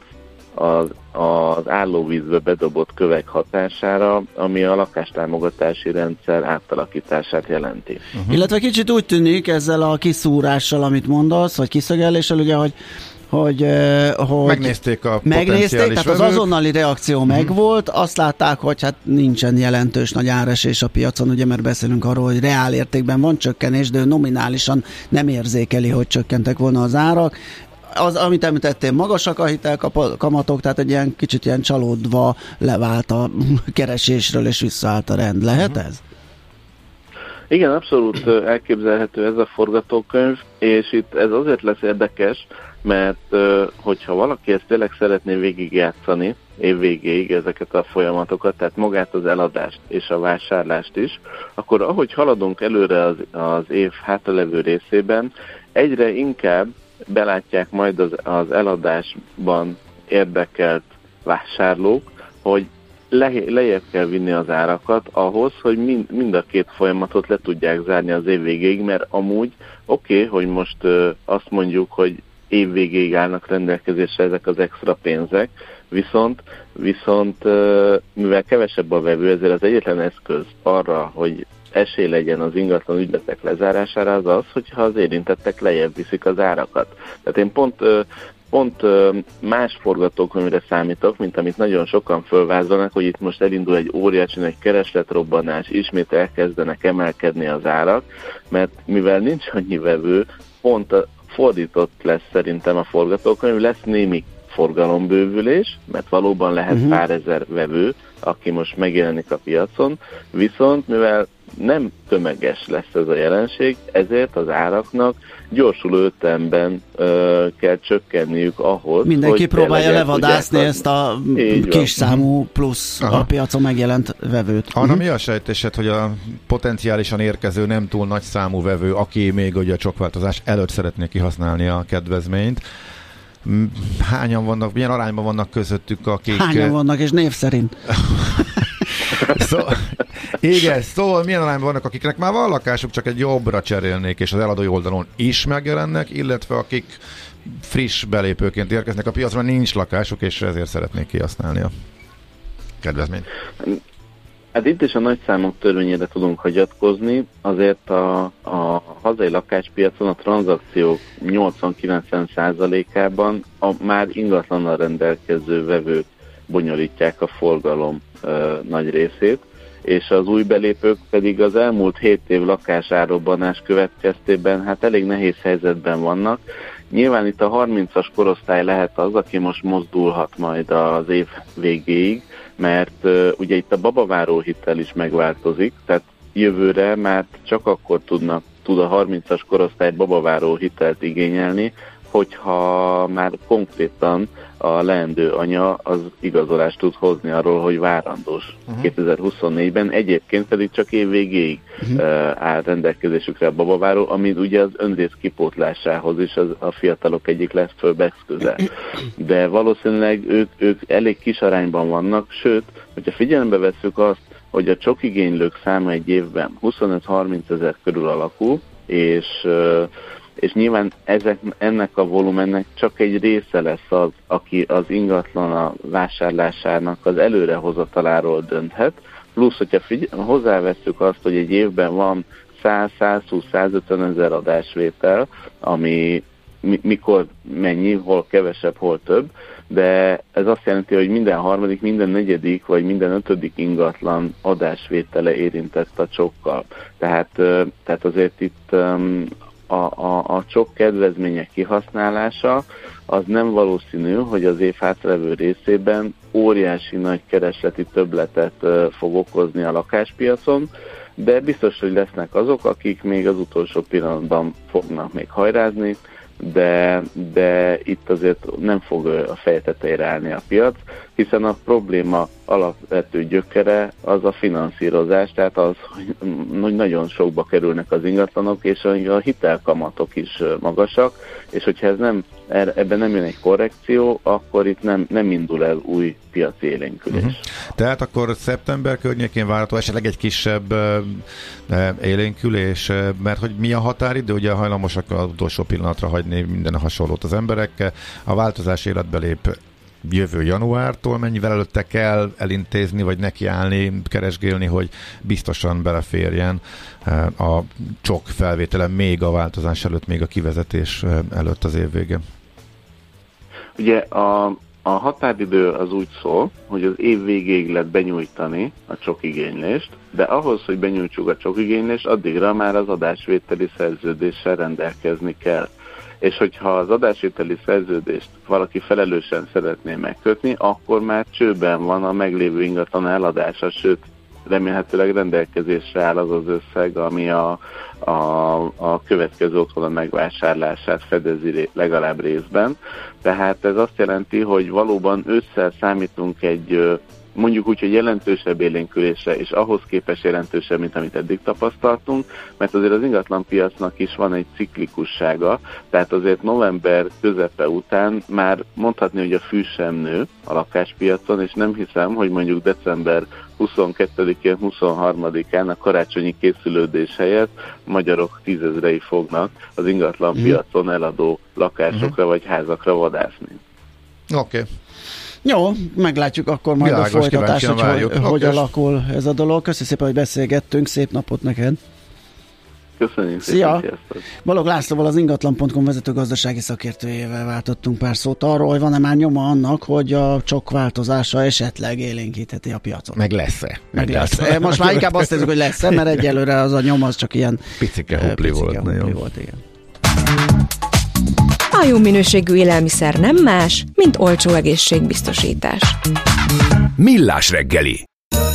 az állóvízbe bedobott kövek hatására, ami a lakástámogatási rendszer átalakítását jelenti. Illetve kicsit úgy tűnik ezzel a kiszúrással, amit mondasz, vagy kiszögelléssel, ugye, hogy megnézték a tehát az azonnali reakció megvolt, azt látták, hogy hát nincsen jelentős nagy áresés a piacon, ugye, mert beszélünk arról, hogy reál értékben van csökkenés, de ő nominálisan nem érzékeli, hogy csökkentek volna az árak. Az, amit említettél, magasak a hitelkamatok, tehát egy ilyen kicsit ilyen csalódva levált a keresésről, és visszaállt a rend. Lehet ez? Igen, abszolút elképzelhető ez a forgatókönyv, és itt ez azért lesz érdekes, mert hogyha valaki ezt tényleg szeretné végigjátszani, év végéig ezeket a folyamatokat, tehát magát az eladást és a vásárlást is, akkor ahogy haladunk előre az év hátralevő részében, egyre inkább belátják majd az eladásban érdekelt vásárlók, hogy lejjebb kell vinni az árakat ahhoz, hogy mind a két folyamatot le tudják zárni az év végéig, mert amúgy oké, hogy most azt mondjuk, hogy év végéig állnak rendelkezésre ezek az extra pénzek, viszont mivel kevesebb a vevő, ezért az egyetlen eszköz arra, hogy esély legyen az ingatlan ügyletek lezárására az, hogyha az érintettek lejjebb viszik az árakat. Tehát én pont más forgatókönyvre számítok, mint amit nagyon sokan fölvázolnak, hogy itt most elindul egy óriási nagy keresletrobbanás, ismét elkezdenek emelkedni az árak, mert mivel nincs annyi vevő, pont fordított lesz szerintem a forgatókönyv, lesz némi forgalombővülés, mert valóban lehet pár ezer vevő, aki most megjelenik a piacon, viszont mivel nem tömeges lesz ez a jelenség, ezért az áraknak gyorsuló ütemben kell csökkenniük ahhoz, mindenki hogy próbálja levadászni ezt a kis számú plusz a piacon megjelent vevőt. Anna, mi a sejtésed, hogy a potenciálisan érkező nem túl nagy számú vevő, aki még ugye a csokváltozás előtt szeretné kihasználni a kedvezményt, hányan vannak, milyen arányban vannak közöttük, akik... Hányan vannak, és név szerint? Igen, szóval milyen arányban vannak, akiknek már van lakásuk, csak egy jobbra cserélnék, és az eladói oldalon is megjelennek, illetve akik friss belépőként érkeznek a piacra, nincs lakásuk, és ezért szeretnék kihasználni a kedvezményt. Hát itt is a nagyszámok törvényére tudunk hagyatkozni, azért a hazai lakáspiacon a tranzakciók 80-90%-ában a már ingatlannal rendelkező vevők bonyolítják a forgalom nagy részét, és az új belépők pedig az elmúlt 7 év lakásárrobbanás következtében hát elég nehéz helyzetben vannak. Nyilván itt a 30-as korosztály lehet az, aki most mozdulhat majd az év végéig, mert ugye itt a babaváró hitel is megváltozik, tehát jövőre már csak akkor tud a 30-as korosztály babaváró hitelt igényelni, hogyha már konkrétan a leendő anya az igazolást tud hozni arról, hogy várandós 2024-ben, egyébként pedig csak év végéig áll rendelkezésükre a babaváró, ami ugye az önrész kipótlásához is a fiatalok egyik legfőbb eszköze. De valószínűleg ők elég kis arányban vannak, sőt, hogyha figyelembe vesszük azt, hogy a csokigénylők száma egy évben 25-30 ezer körül alakul, és nyilván ennek a volumennek csak egy része lesz az, aki az ingatlan a vásárlásának az előrehozataláról dönthet, plusz, hogyha hozzáveszünk azt, hogy egy évben van 100-120-150 ezer adásvétel, ami mikor mennyi, hol kevesebb, hol több, de ez azt jelenti, hogy minden harmadik, minden negyedik, vagy minden ötödik ingatlan adásvétele érintett a csokkal. Tehát azért itt a csokk kedvezmények kihasználása az nem valószínű, hogy az év hátralevő részében óriási nagy keresleti többletet fog okozni a lakáspiacon, de biztos, hogy lesznek azok, akik még az utolsó pillanatban fognak még hajrázni, de itt azért nem fog a feje tetejére állni a piac, hiszen a probléma alapvető gyökere az a finanszírozás, tehát az, hogy nagyon sokba kerülnek az ingatlanok, és a hitelkamatok is magasak, és hogyha ebben nem jön egy korrekció, akkor itt nem indul el új piaci élénkülés. Tehát akkor szeptember környékén várható esetleg egy kisebb élénkülés, mert hogy mi a határidő, ugye hajlamosak az utolsó pillanatra hagyni minden hasonlót az emberek. A változás életbe lép jövő januártól, mennyivel előtte kell elintézni, vagy nekiállni, keresgélni, hogy biztosan beleférjen a csok felvétele még a változás előtt, még a kivezetés előtt az év vége? Ugye a határidő az úgy szól, hogy az év végéig lehet benyújtani a csokigénylést, de ahhoz, hogy benyújtsuk a csokigénylést, addigra már az adásvételi szerződéssel rendelkezni kell. És hogyha az adásvételi szerződést valaki felelősen szeretné megkötni, akkor már csőben van a meglévő ingatlan eladása, sőt, remélhetőleg rendelkezésre áll az az összeg, ami a következő otthon megvásárlását fedezi legalább részben. Tehát ez azt jelenti, hogy valóban ősszel számítunk egy mondjuk úgy, hogy jelentősebb élénkülésre, és ahhoz képest jelentősebb, mint amit eddig tapasztaltunk, mert azért az ingatlanpiacnak is van egy ciklikussága, tehát azért november közepe után már mondhatni, hogy a fű sem nő a lakáspiacon, és nem hiszem, hogy mondjuk december 22-én, 23-án a karácsonyi készülődés helyett magyarok 10 000-ei fognak az ingatlanpiacon eladó lakásokra vagy házakra vadászni. Oké. Jó, meglátjuk akkor majd a folytatást, hogy alakul ez a dolog. Köszönöm szépen, hogy beszélgettünk, szép napot neked! Köszönjük szépen! Szia! Balogh Lászlóval, az ingatlan.com vezető gazdasági szakértőjével váltottunk pár szót arról, hogy van-e már nyoma annak, hogy a csok változása esetleg élénkítheti a piacot. Meg lesz-e? Meg lesz. Most már inkább azt nézzük, hogy lesz-e, mert egyelőre az a nyom az csak ilyen picike hupli volt. Igen. A jó minőségű élelmiszer nem más, mint olcsó egészségbiztosítás. Millás reggeli.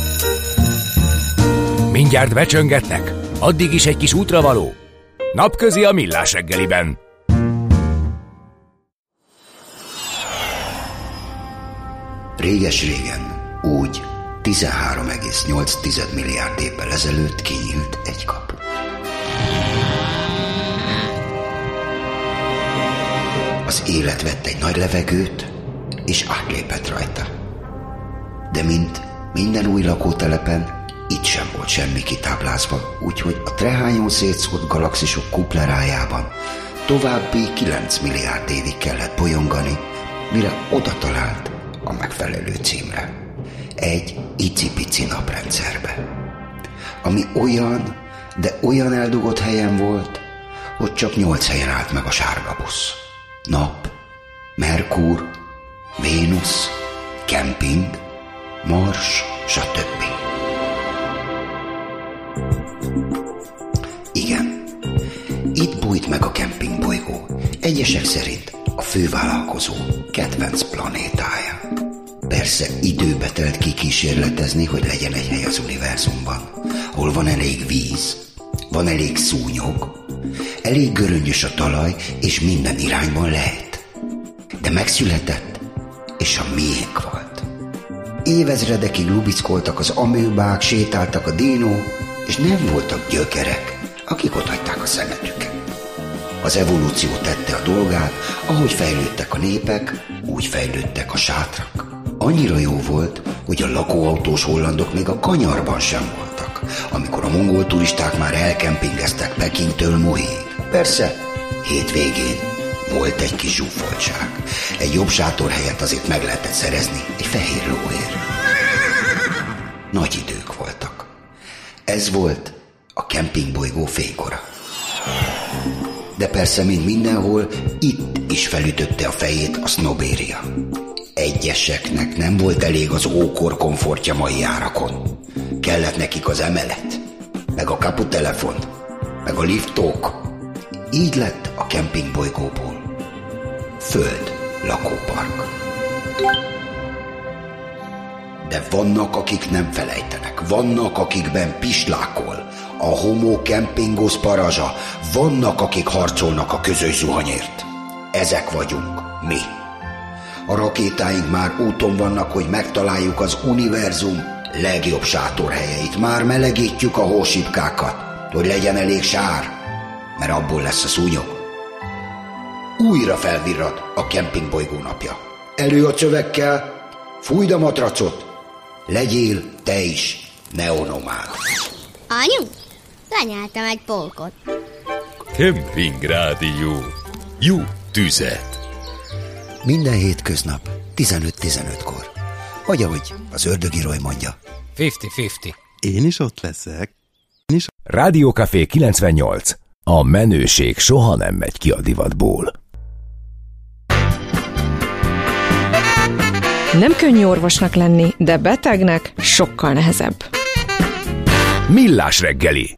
Mindjárt becsöngetnek? Addig is egy kis útravaló? Napközi a Millás reggeliben. Réges-régen, úgy 13,8 milliárd évvel ezelőtt kinyílt egy kapu. Az élet vett egy nagy levegőt, és átlépett rajta. De mint minden új lakótelepen, itt sem volt semmi kitáblázva, úgyhogy a trehányon szétszórt galaxisok kuplerájában további 9 milliárd évig kellett bolyongani, mire oda talált a megfelelő címre. Egy icipici naprendszerbe, ami olyan, de olyan eldugott helyen volt, hogy csak 8 helyen állt meg a sárga busz. Nap, Merkur, Vénusz, kemping, Mars, stb. Igen, itt bújt meg a kempingbolygó, egyesek szerint a fővállalkozó kedvenc planétája. Persze időbe telt kikísérletezni, hogy legyen egy hely az univerzumban, hol van elég víz, van elég szúnyog, elég göröngyös a talaj, és minden irányban lehet. De megszületett, és a miénk volt. Évezredekig lubickoltak az amőbák, sétáltak a dinók, és nem voltak gyökerek, akik otthagyták a szemetüket. Az evolúció tette a dolgát, ahogy fejlődtek a népek, úgy fejlődtek a sátrak. Annyira jó volt, hogy a lakóautós hollandok még a kanyarban sem voltak, amikor a mongol turisták már elkempingeztek Pekingtől Mohéig. Persze, hétvégén volt egy kis zsúfoltság. Egy jobb sátorhelyet azért meg lehetett szerezni egy fehér lóért. Nagy idők voltak. Ez volt a kempingbolygó fénykora. De persze, mint mindenhol, itt is felütötte a fejét a sznobéria. Egyeseknek nem volt elég az ókor komfortja mai árakon. Kellett nekik az emelet, meg a kaputelefon, meg a liftók. Így lett a kempingbolygóból föld lakópark. De vannak, akik nem felejtenek, vannak, akikben pislákol a homo kempingos parazsa, vannak, akik harcolnak a közös zuhanyért. Ezek vagyunk mi. A rakétáink már úton vannak, hogy megtaláljuk az univerzum legjobb sátorhelyeit. Már melegítjük a hósipkákat, hogy legyen elég sár, mert abból lesz a szúnyog. Újra felvirrad a kempingbolygó napja. Elő a csövekkel, fújd a matracot, legyél te is neonomád. Anyu, lenyeltem egy polkot. Kemping Rádió. Jó tüzet. Minden hétköznap 15-15-kor. Vagy ahogy az ördögiroly mondja. 50-50. Én is ott leszek. Rádió Café 98. A menőség soha nem megy ki a divatból. Nem könnyű orvosnak lenni, de betegnek sokkal nehezebb. Millás reggeli.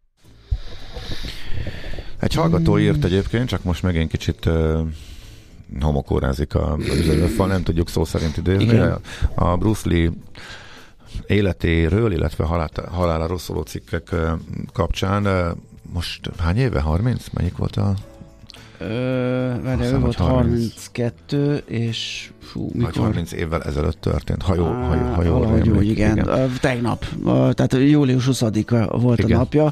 Egy hallgató írt egyébként, csak most megint kicsit homokórázik a üzenőfal, nem tudjuk szó szerint idézni. A Bruce Lee életéről, illetve haláláról szóló cikkek kapcsán most hány éve? 30? Melyik volt a... Ő volt 32, és mikor? 30 évvel ezelőtt történt, ha jól emlékszem. Igen. Tegnap, tehát július 20-a volt igen. A napja.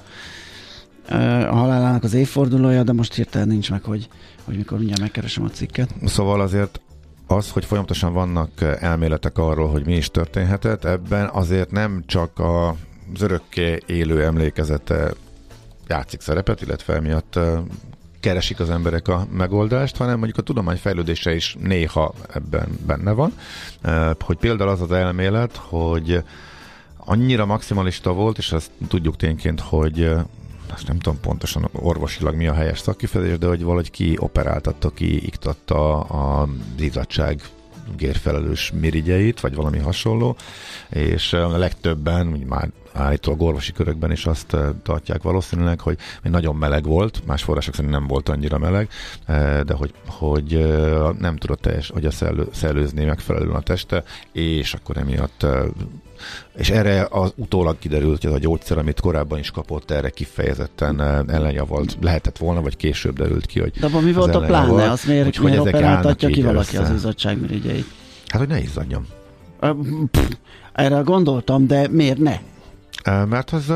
A halálának az évfordulója, de most hirtelen nincs meg, hogy mikor mindjárt megkeresem a cikket. Szóval azért az, hogy folyamatosan vannak elméletek arról, hogy mi is történhetett, ebben azért nem csak az örökké élő emlékezete játszik szerepet, illetve emiatt keresik az emberek a megoldást, hanem mondjuk a tudomány fejlődése is néha ebben benne van. Hogy például az elmélet, hogy annyira maximalista volt, és azt tudjuk tényként, hogy azt nem tudom pontosan orvosilag mi a helyes szakkifejezés, de hogy valahogy kioperáltatta, kiiktatta a izzadság gérfelelős mirigyeit, vagy valami hasonló, és a legtöbben, már állítólag orvosi körökben is azt tartják valószínűleg, hogy nagyon meleg volt, más források szerint nem volt annyira meleg, de hogy nem tudott hogy szellőzni megfelelően a teste, és akkor emiatt és erre az utólag kiderült, hogy ez a gyógyszer, amit korábban is kapott, erre kifejezetten ellenjavalt. Lehetett volna, vagy később derült ki, hogy de abban mi volt a pláne? Azt miért operáltatja ki valaki az izzadságmirigyeit? Hát, hogy ne izzadjon. Erre gondoltam, de miért ne? Mert az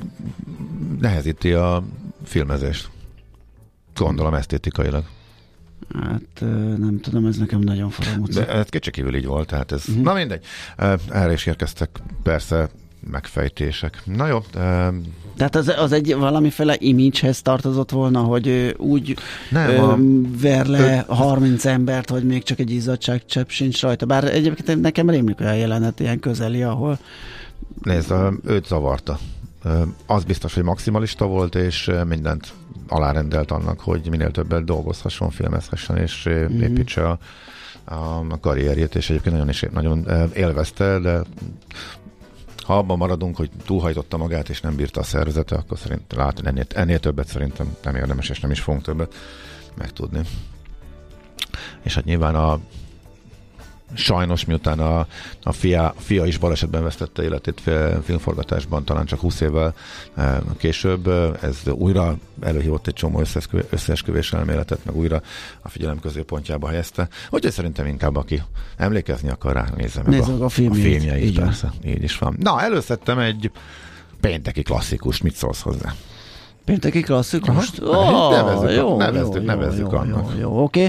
nehezíti a filmezést. Gondolom esztétikailag. Hát nem tudom, ez nekem nagyon forró. De ez kétségkívül így volt, tehát ez... Na mindegy. Erre is érkeztek persze megfejtések. Na jó. Tehát az egy valamiféle image-hez tartozott volna, hogy úgy ver le 30 embert, hogy még csak egy izzadságcsepp sincs rajta. Bár egyébként nekem rémlik olyan jelenet ilyen közeli, ahol... Nézd, őt zavarta. Az biztos, hogy maximalista volt, és mindent alárendelt annak, hogy minél többet dolgozhasson, filmezhessen, és építse a karrierjét, és egyébként nagyon élvezte, de ha abban maradunk, hogy túlhajtotta magát, és nem bírta a szervezete, akkor szerintem ennél többet szerintem nem érdemes, és nem is fogunk többet megtudni. És hát nyilván sajnos miután a fia is balesetben vesztette életét filmforgatásban, talán csak 20 évvel később, ez újra előhívott egy csomó összeesküvés elméletet, meg újra a figyelem középpontjába helyezte. Úgyhogy szerintem inkább, aki emlékezni akar rá, nézze meg a filmjeit. Így persze, így is van. Na, előszedtem egy pénteki klasszikus, mit szólsz hozzá? Pénteki klasszikust? Nevezzük annak. Jó, oké.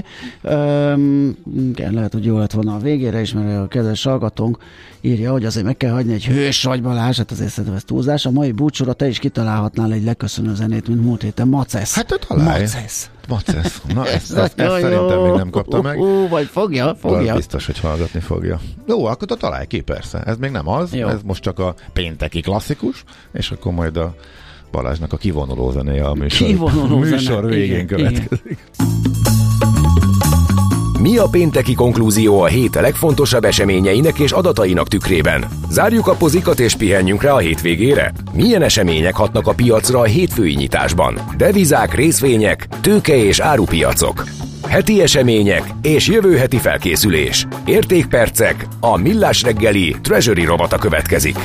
Igen, lehet, hogy jó lett volna a végére is, mert a kedves hallgatónk írja, hogy azért meg kell hagyni egy hős vagy Balázs, hát azért szerintem ez túlzás. A mai búcsúra te is kitalálhatnál egy leköszönő zenét, mint múlt héten. Macesz. Hát találj. Macesz. Na, ezt szerintem még nem kapta meg. Vagy fogja. Biztos, hogy hallgatni fogja. Jó, akkor találj ki, persze. Ez még nem az, ez most csak a pénteki klasszikus, és akkor majd a Balázsnak a kivonuló zenéje a műsor végén következik. Igen. Mi a pénteki konklúzió a hét legfontosabb eseményeinek és adatainak tükrében? Zárjuk a pozikat és pihenjünk rá a hétvégére? Milyen események hatnak a piacra a hétfői nyitásban? Devizák, részvények, tőke és árupiacok. Heti események és jövő heti felkészülés. Értékpercek, a Millás reggeli Treasury rovata következik.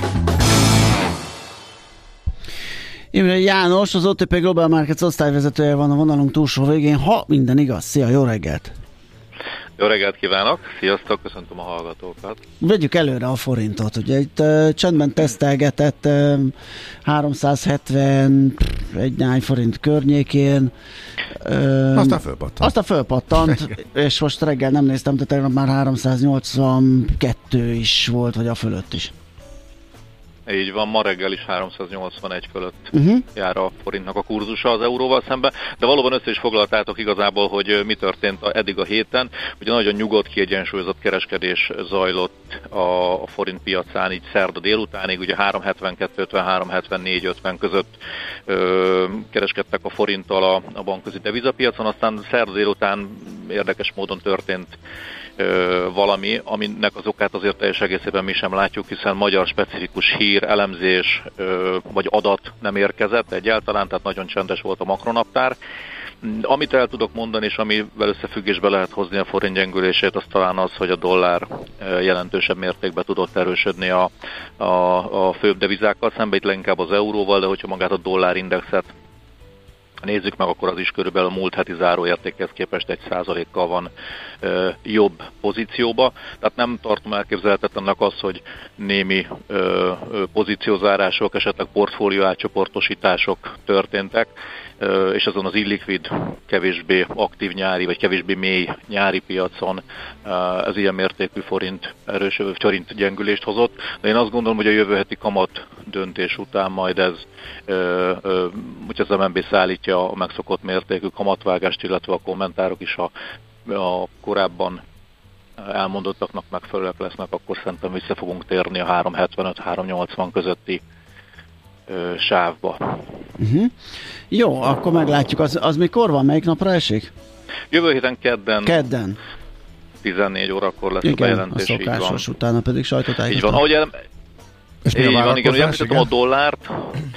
Imre János, az OTP Global Markets osztályvezetője van a vonalunk túlsó végén, ha minden igaz. Szia, jó reggelt! Jó reggelt kívánok, sziasztok, köszöntöm a hallgatókat. Vegyük előre a forintot, ugye itt csendben tesztelgetett 371 néhány forint környékén. Aztán fölpattant, és most reggel nem néztem, de tegnap már 382 is volt, vagy a fölött is. Így van, ma reggel is 381 fölött jár a forintnak a kurzusa az euróval szemben, de valóban össze is foglaltátok igazából, hogy mi történt eddig a héten. Ugye nagyon nyugodt, kiegyensúlyozott kereskedés zajlott a forint piacán, így szerda délutánig, ugye 3.72-50, 3.74-50 között kereskedtek a forinttal a bankközi devizapiacon, aztán szerda délután érdekes módon történt valami, aminek az okát azért teljes egészében mi sem látjuk, hiszen magyar specifikus hír, elemzés vagy adat nem érkezett egyáltalán, tehát nagyon csendes volt a makronaptár. Amit el tudok mondani, és amivel összefüggésbe lehet hozni a forint gyengülését, az talán az, hogy a dollár jelentősebb mértékben tudott erősödni a főbb devizákkal szemben, itt leginkább az euróval, de hogyha magát a dollárindexet nézzük meg, akkor az is körülbelül a múlt heti záróértékhez képest 1%-kal van jobb pozícióba. Tehát nem tartom elképzelhetetlennek az, hogy némi pozíciózárások, esetleg portfólió átcsoportosítások történtek, és azon az illikvid, kevésbé aktív nyári, vagy kevésbé mély nyári piacon ez ilyen mértékű forint gyengülést hozott. De én azt gondolom, hogy a jövő heti kamat döntés után majd ez, úgyhogy az MNB szállítja a megszokott mértékű kamatvágást, illetve a kommentárok is a korábban elmondottaknak megfelelőek lesznek, akkor szerintem vissza fogunk térni a 3.75-3.80 közötti sávba. Jó, akkor meglátjuk. Az mikor van? Melyik napra esik? Jövő héten kedden. 14 órakor lesz a bejelentés. Igen, a szokásos, utána pedig sajtótájékoztató. Így van, ahogy és mi a igen, ugye említettem a dollárt,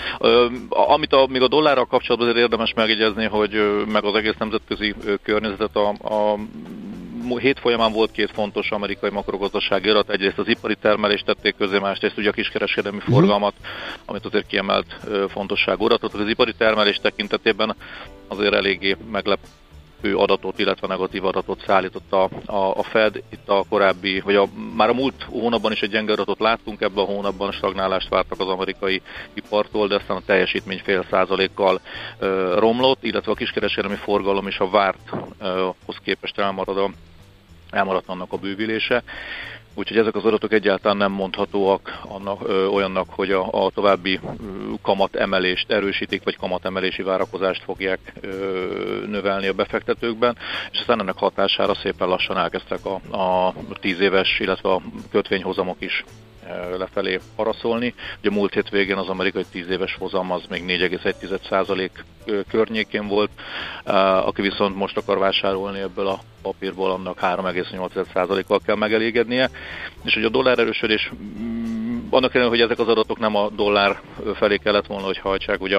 amit még a dollárral kapcsolatban azért érdemes megjegyezni, hogy meg az egész nemzetközi környezetet a hét folyamán volt két fontos amerikai makrogazdasági adat, egyrészt az ipari termelést tették közé, másrészt ugye a kiskereskedelmi forgalmat, amit azért kiemelt fontosságú adatot. Az ipari termelés tekintetében azért eléggé meglepő adatot, illetve negatív adatot szállított a Fed. Itt a korábbi, vagy már a múlt hónapban is egy gyenge adatot láttunk, ebben a hónapban stagnálást vártak az amerikai ipartól, de aztán a teljesítmény 0,5%-kal romlott, illetve a kiskereskedelmi forgalom is a várthoz képest elmaradt annak a bővülése. Úgyhogy ezek az adatok egyáltalán nem mondhatóak olyannak, hogy a további kamatemelést erősítik, vagy kamatemelési várakozást fogják növelni a befektetőkben, és aztán ennek hatására szépen lassan elkezdtek a 10 éves, illetve a kötvényhozamok is lefelé paraszolni. Ugye múlt hétvégén az amerikai 10 éves hozam az még 4,1% környékén volt, aki viszont most akar vásárolni ebből a papírból, annak 3,8%-kal kell megelégednie. És hogy a dollár erősödés, annak ellenére, hogy ezek az adatok nem a dollár felé kellett volna, hogy hajtsák ugye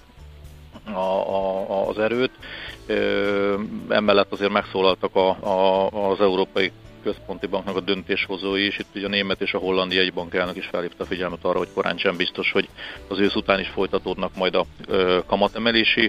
az erőt, emellett azért megszólaltak az Európai Központi Banknak a döntéshozói, és itt ugye a német és a holland jegybank elnök is felhívta a figyelmet arra, hogy korán sem biztos, hogy az ősz után is folytatódnak majd a kamatemelési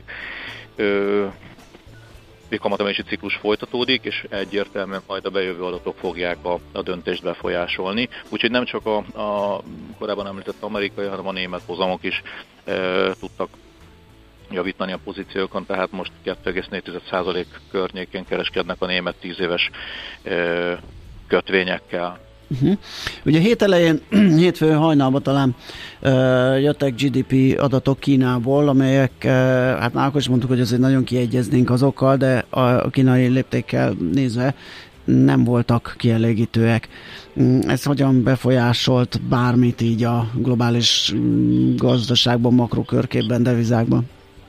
ciklus folytatódik, és egyértelműen majd a bejövő adatok fogják a döntést befolyásolni. Úgyhogy nem csak a korábban említett amerikai, hanem a német hozamok is tudtak javítani a pozíciókon, tehát most 2,4% környékén kereskednek a német 10 éves kötvényekkel. Ugye hét elején, hétfő hajnalban talán jöttek GDP adatok Kínából, amelyek, hát már akkor is mondtuk, hogy azért nagyon kiegyeznénk azokkal, de a kínai léptékkel nézve nem voltak kielégítőek. Ez hogyan befolyásolt bármit így a globális gazdaságban, makrokörképben, devizákban?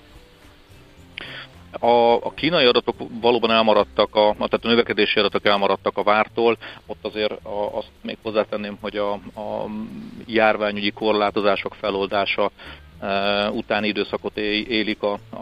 A kínai adatok valóban elmaradtak, tehát a növekedési adatok elmaradtak a vártól. Ott azért azt még hozzátenném, hogy a járványügyi korlátozások feloldása utáni időszakot élik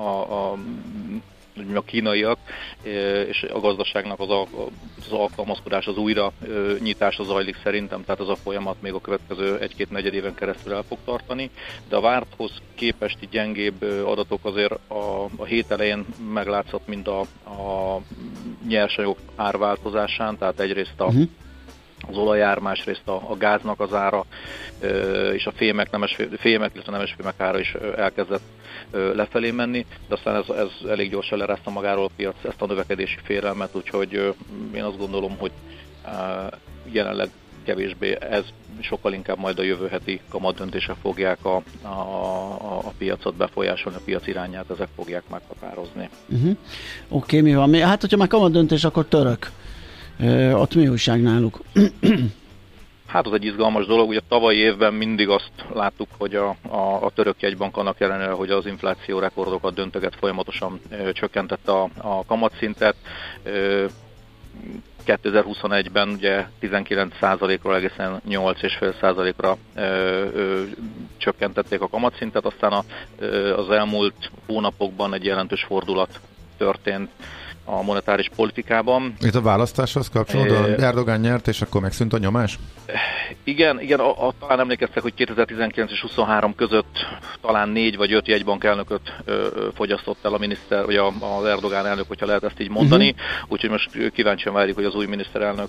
a kínaiak, és a gazdaságnak az alkalmazkodás, az újra nyitása zajlik szerintem, tehát az a folyamat még a következő 1-2 negyed éven keresztül el fog tartani, de a várthoz képesti gyengébb adatok azért a hét elején meglátszott mind a nyersanyagok árváltozásán, tehát egyrészt az olajár, másrészt a gáznak az ára, és a fémek, illetve nemesfémek ára is elkezdett lefelé menni, de aztán ez elég gyorsan lerázta magáról a piac ezt a növekedési félelmet, úgyhogy én azt gondolom, hogy jelenleg kevésbé, ez sokkal inkább majd a jövő heti kamatdöntések fogják a piacot befolyásolni, a piac irányát ezek fogják meghatározni. Oké, mi van? Hát, hogyha már kamatdöntés, akkor török. Ott mi újság náluk? Hát az egy izgalmas dolog, ugye tavalyi évben mindig azt láttuk, hogy a török jegybank annak ellenére, hogy az infláció rekordokat döntöget, folyamatosan csökkentette a kamatszintet. 2021-ben ugye 19%-ról egészen 8,5%-ra csökkentették a kamatszintet, aztán az elmúlt hónapokban egy jelentős fordulat történt a monetáris politikában. Itt a választáshoz kapcsolódóan Erdogán nyert, és akkor megszűnt a nyomás? Igen, talán emlékeztek, hogy 2019 és 23 között talán 4 vagy 5 jegybank elnököt fogyasztott el a miniszter, vagy az Erdogán elnök, hogyha lehet ezt így mondani. Úgyhogy most kíváncsian várjuk, hogy az új miniszterelnök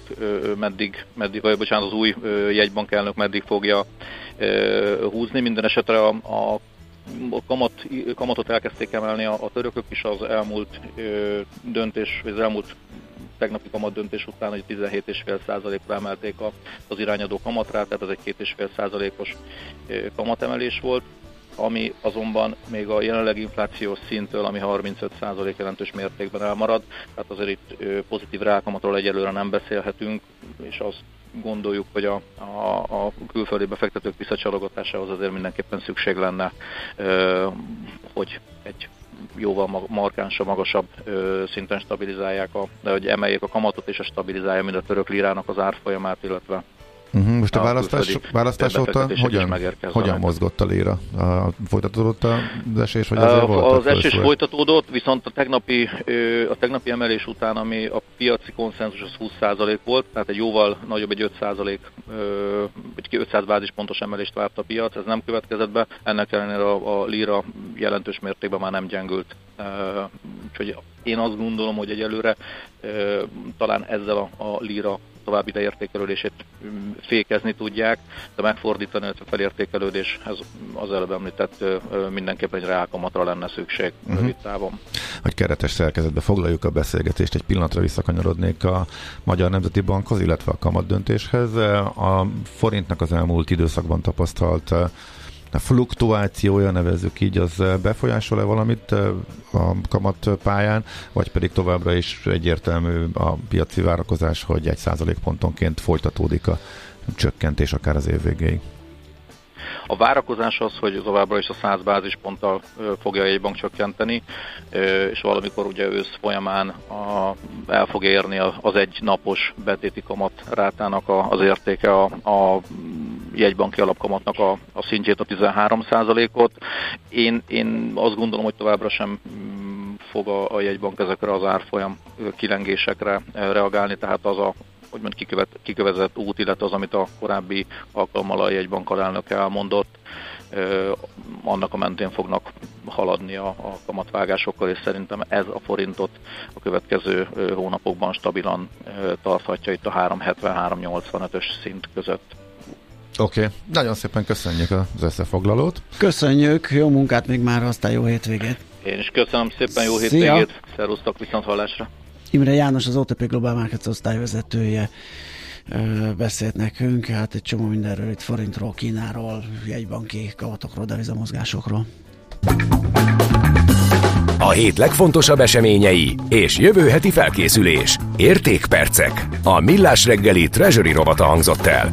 az új jegybank elnök meddig fogja húzni. Minden esetre a kamatot elkezdték emelni a törökök is az elmúlt döntés, vagy az elmúlt tegnapi kamatdöntés után, hogy 17,5%-ra emelték az irányadó kamatrát, tehát ez egy 2,5%-os kamatemelés volt, ami azonban még a jelenlegi inflációs szinttől, ami 35% jelentős mértékben elmarad, tehát azért itt pozitív reálkamatról egyelőre nem beszélhetünk, és azt gondoljuk, hogy a külföldi befektetők visszacsalogatásához azért mindenképpen szükség lenne, hogy egy jóval markánsabb, magasabb szinten stabilizálják, hogy emeljék a kamatot, és stabilizálja mind a török lirának az árfolyamát, illetve most a választás óta hogyan mozgott a lira? Folytatódott az esés, vagy azért volt? Az esés folytatódott, viszont a tegnapi emelés után, ami a piaci konszenzus az 20% volt, tehát egy jóval nagyobb, egy 5%, vagy 500 bázispontos emelést várt a piac, ez nem következett be, ennek ellenére a lira jelentős mértékben már nem gyengült. Úgyhogy én azt gondolom, hogy egyelőre talán ezzel a lira további értékelődését fékezni tudják, de megfordítani, illetve felértékelődéshez az előbb említett mindenképpen egy reálkamatra lenne szükség rövid távon. Hogy keretes szerkezetbe foglaljuk a beszélgetést, egy pillanatra visszakanyarodnék a Magyar Nemzeti Bankhoz, illetve a kamatdöntéshez. A forintnak az elmúlt időszakban tapasztalt a fluktuációja, nevezzük így, az befolyásol-e valamit a kamatpályán, vagy pedig továbbra is egyértelmű a piaci várakozás, hogy 1% pontonként folytatódik a csökkentés akár az év végéig? A várakozás az, hogy továbbra is a 100 bázisponttal fogja a jegybank csökkenteni, és valamikor ugye ősz folyamán el fog érni az egy napos betéti kamatrátának az értéke a jegybanki alapkamatnak a szintjét, a 13%-ot. Én azt gondolom, hogy továbbra sem fog a jegybank ezekre az árfolyam kilengésekre reagálni, tehát az a kikövezett út, illetve az, amit a korábbi alkalommal a jegybank alelnök elmondott, annak a mentén fognak haladni a kamatvágásokkal, és szerintem ez a forintot a következő hónapokban stabilan tarthatja itt a 3,70-3,85-ös szint között. Oké. Nagyon szépen köszönjük az összefoglalót. Köszönjük, jó munkát még már, aztán jó hétvégét. Én is köszönöm szépen, jó hétvégét, szervusztok, viszonthallásra. Imre János, az OTP Global Markets osztályvezetője beszélt nekünk, hát egy csomó mindenről, itt forintról, Kínáról, jegybanki kamatokról, devizamozgásokról. A hét legfontosabb eseményei és jövő heti felkészülés. Értékpercek. A Millás reggeli Treasury rovata hangzott el.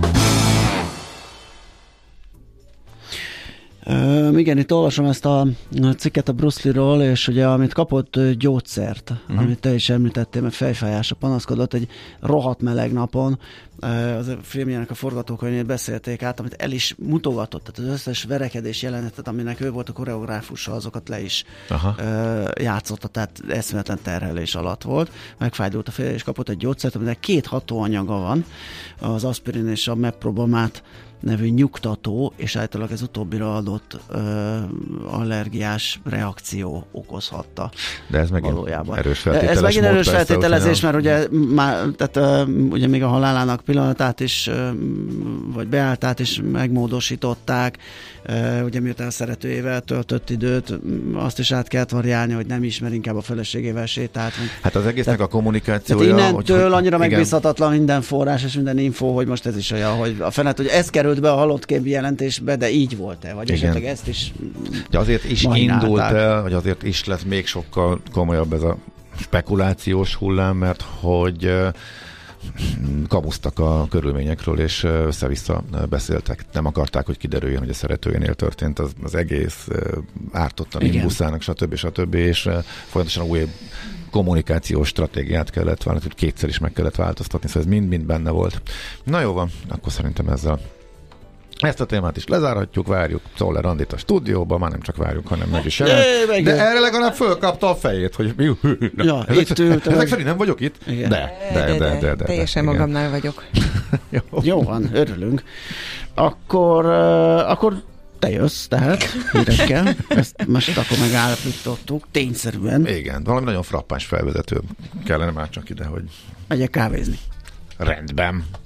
Igen, itt olvasom ezt a cikket a Bruce Lee-ról, és ugye amit kapott gyógyszert, amit te is említettél, mert fejfájásra panaszkodott egy rohadt meleg napon, az a filmjének a forgatókönyvét beszélték át, amit el is mutogatott, tehát az összes verekedés jelenetet, aminek ő volt a koreográfusa, azokat le is játszotta, tehát eszméletlen terhelés alatt volt, megfájdult a feje, és kapott egy gyógyszert, aminek 2 hatóanyaga van, az aspirin és a meprobamát nevű nyugtató, és általában ez utóbbira adott allergiás reakció okozhatta. De ez megint valójában erős feltételes. Ez megint erős feltételezés, mert ugye, ugye még a halálának pillanatát is, vagy beálltát is megmódosították, ugye miután a szeretőjével töltött időt, azt is át kellett variálni, hogy nem ismer, inkább a feleségével sétált. Hát az egésznek a kommunikációja... Innentől annyira megbízhatatlan minden forrás és minden info, hogy most ez is olyan, hogy a fenet, hogy ez került be a halott kép jelentésbe, de így volt-e? Vagy esetleg ezt is de azért is indult el, vagy azért is lett még sokkal komolyabb ez a spekulációs hullám, mert hogy kamusztak a körülményekről, és össze-vissza beszéltek. Nem akarták, hogy kiderüljön, hogy a szeretőjénél történt az egész, ártott a nimbuszának, stb. És folyamatosan új kommunikációs stratégiát kellett válni, hogy kétszer is meg kellett változtatni, szóval ez mind-mind benne volt. Na jó van, akkor szerintem ezzel ezt a témát is lezárhatjuk, várjuk Czoller Andit a stúdióba, már nem csak várjuk, hanem meg is jelent. De erre legalább fölkapta a fejét, hogy ja, ezek szerint nem vagyok itt? Igen. De. Teljesen magamnál vagyok. Jó van, örülünk. Akkor te jössz, tehát hírekkel. Ezt most akkor megállapítottuk, tényszerűen. Igen, valami nagyon frappáns felvezető kellene már csak ide, hogy... Megyek kávézni. Rendben.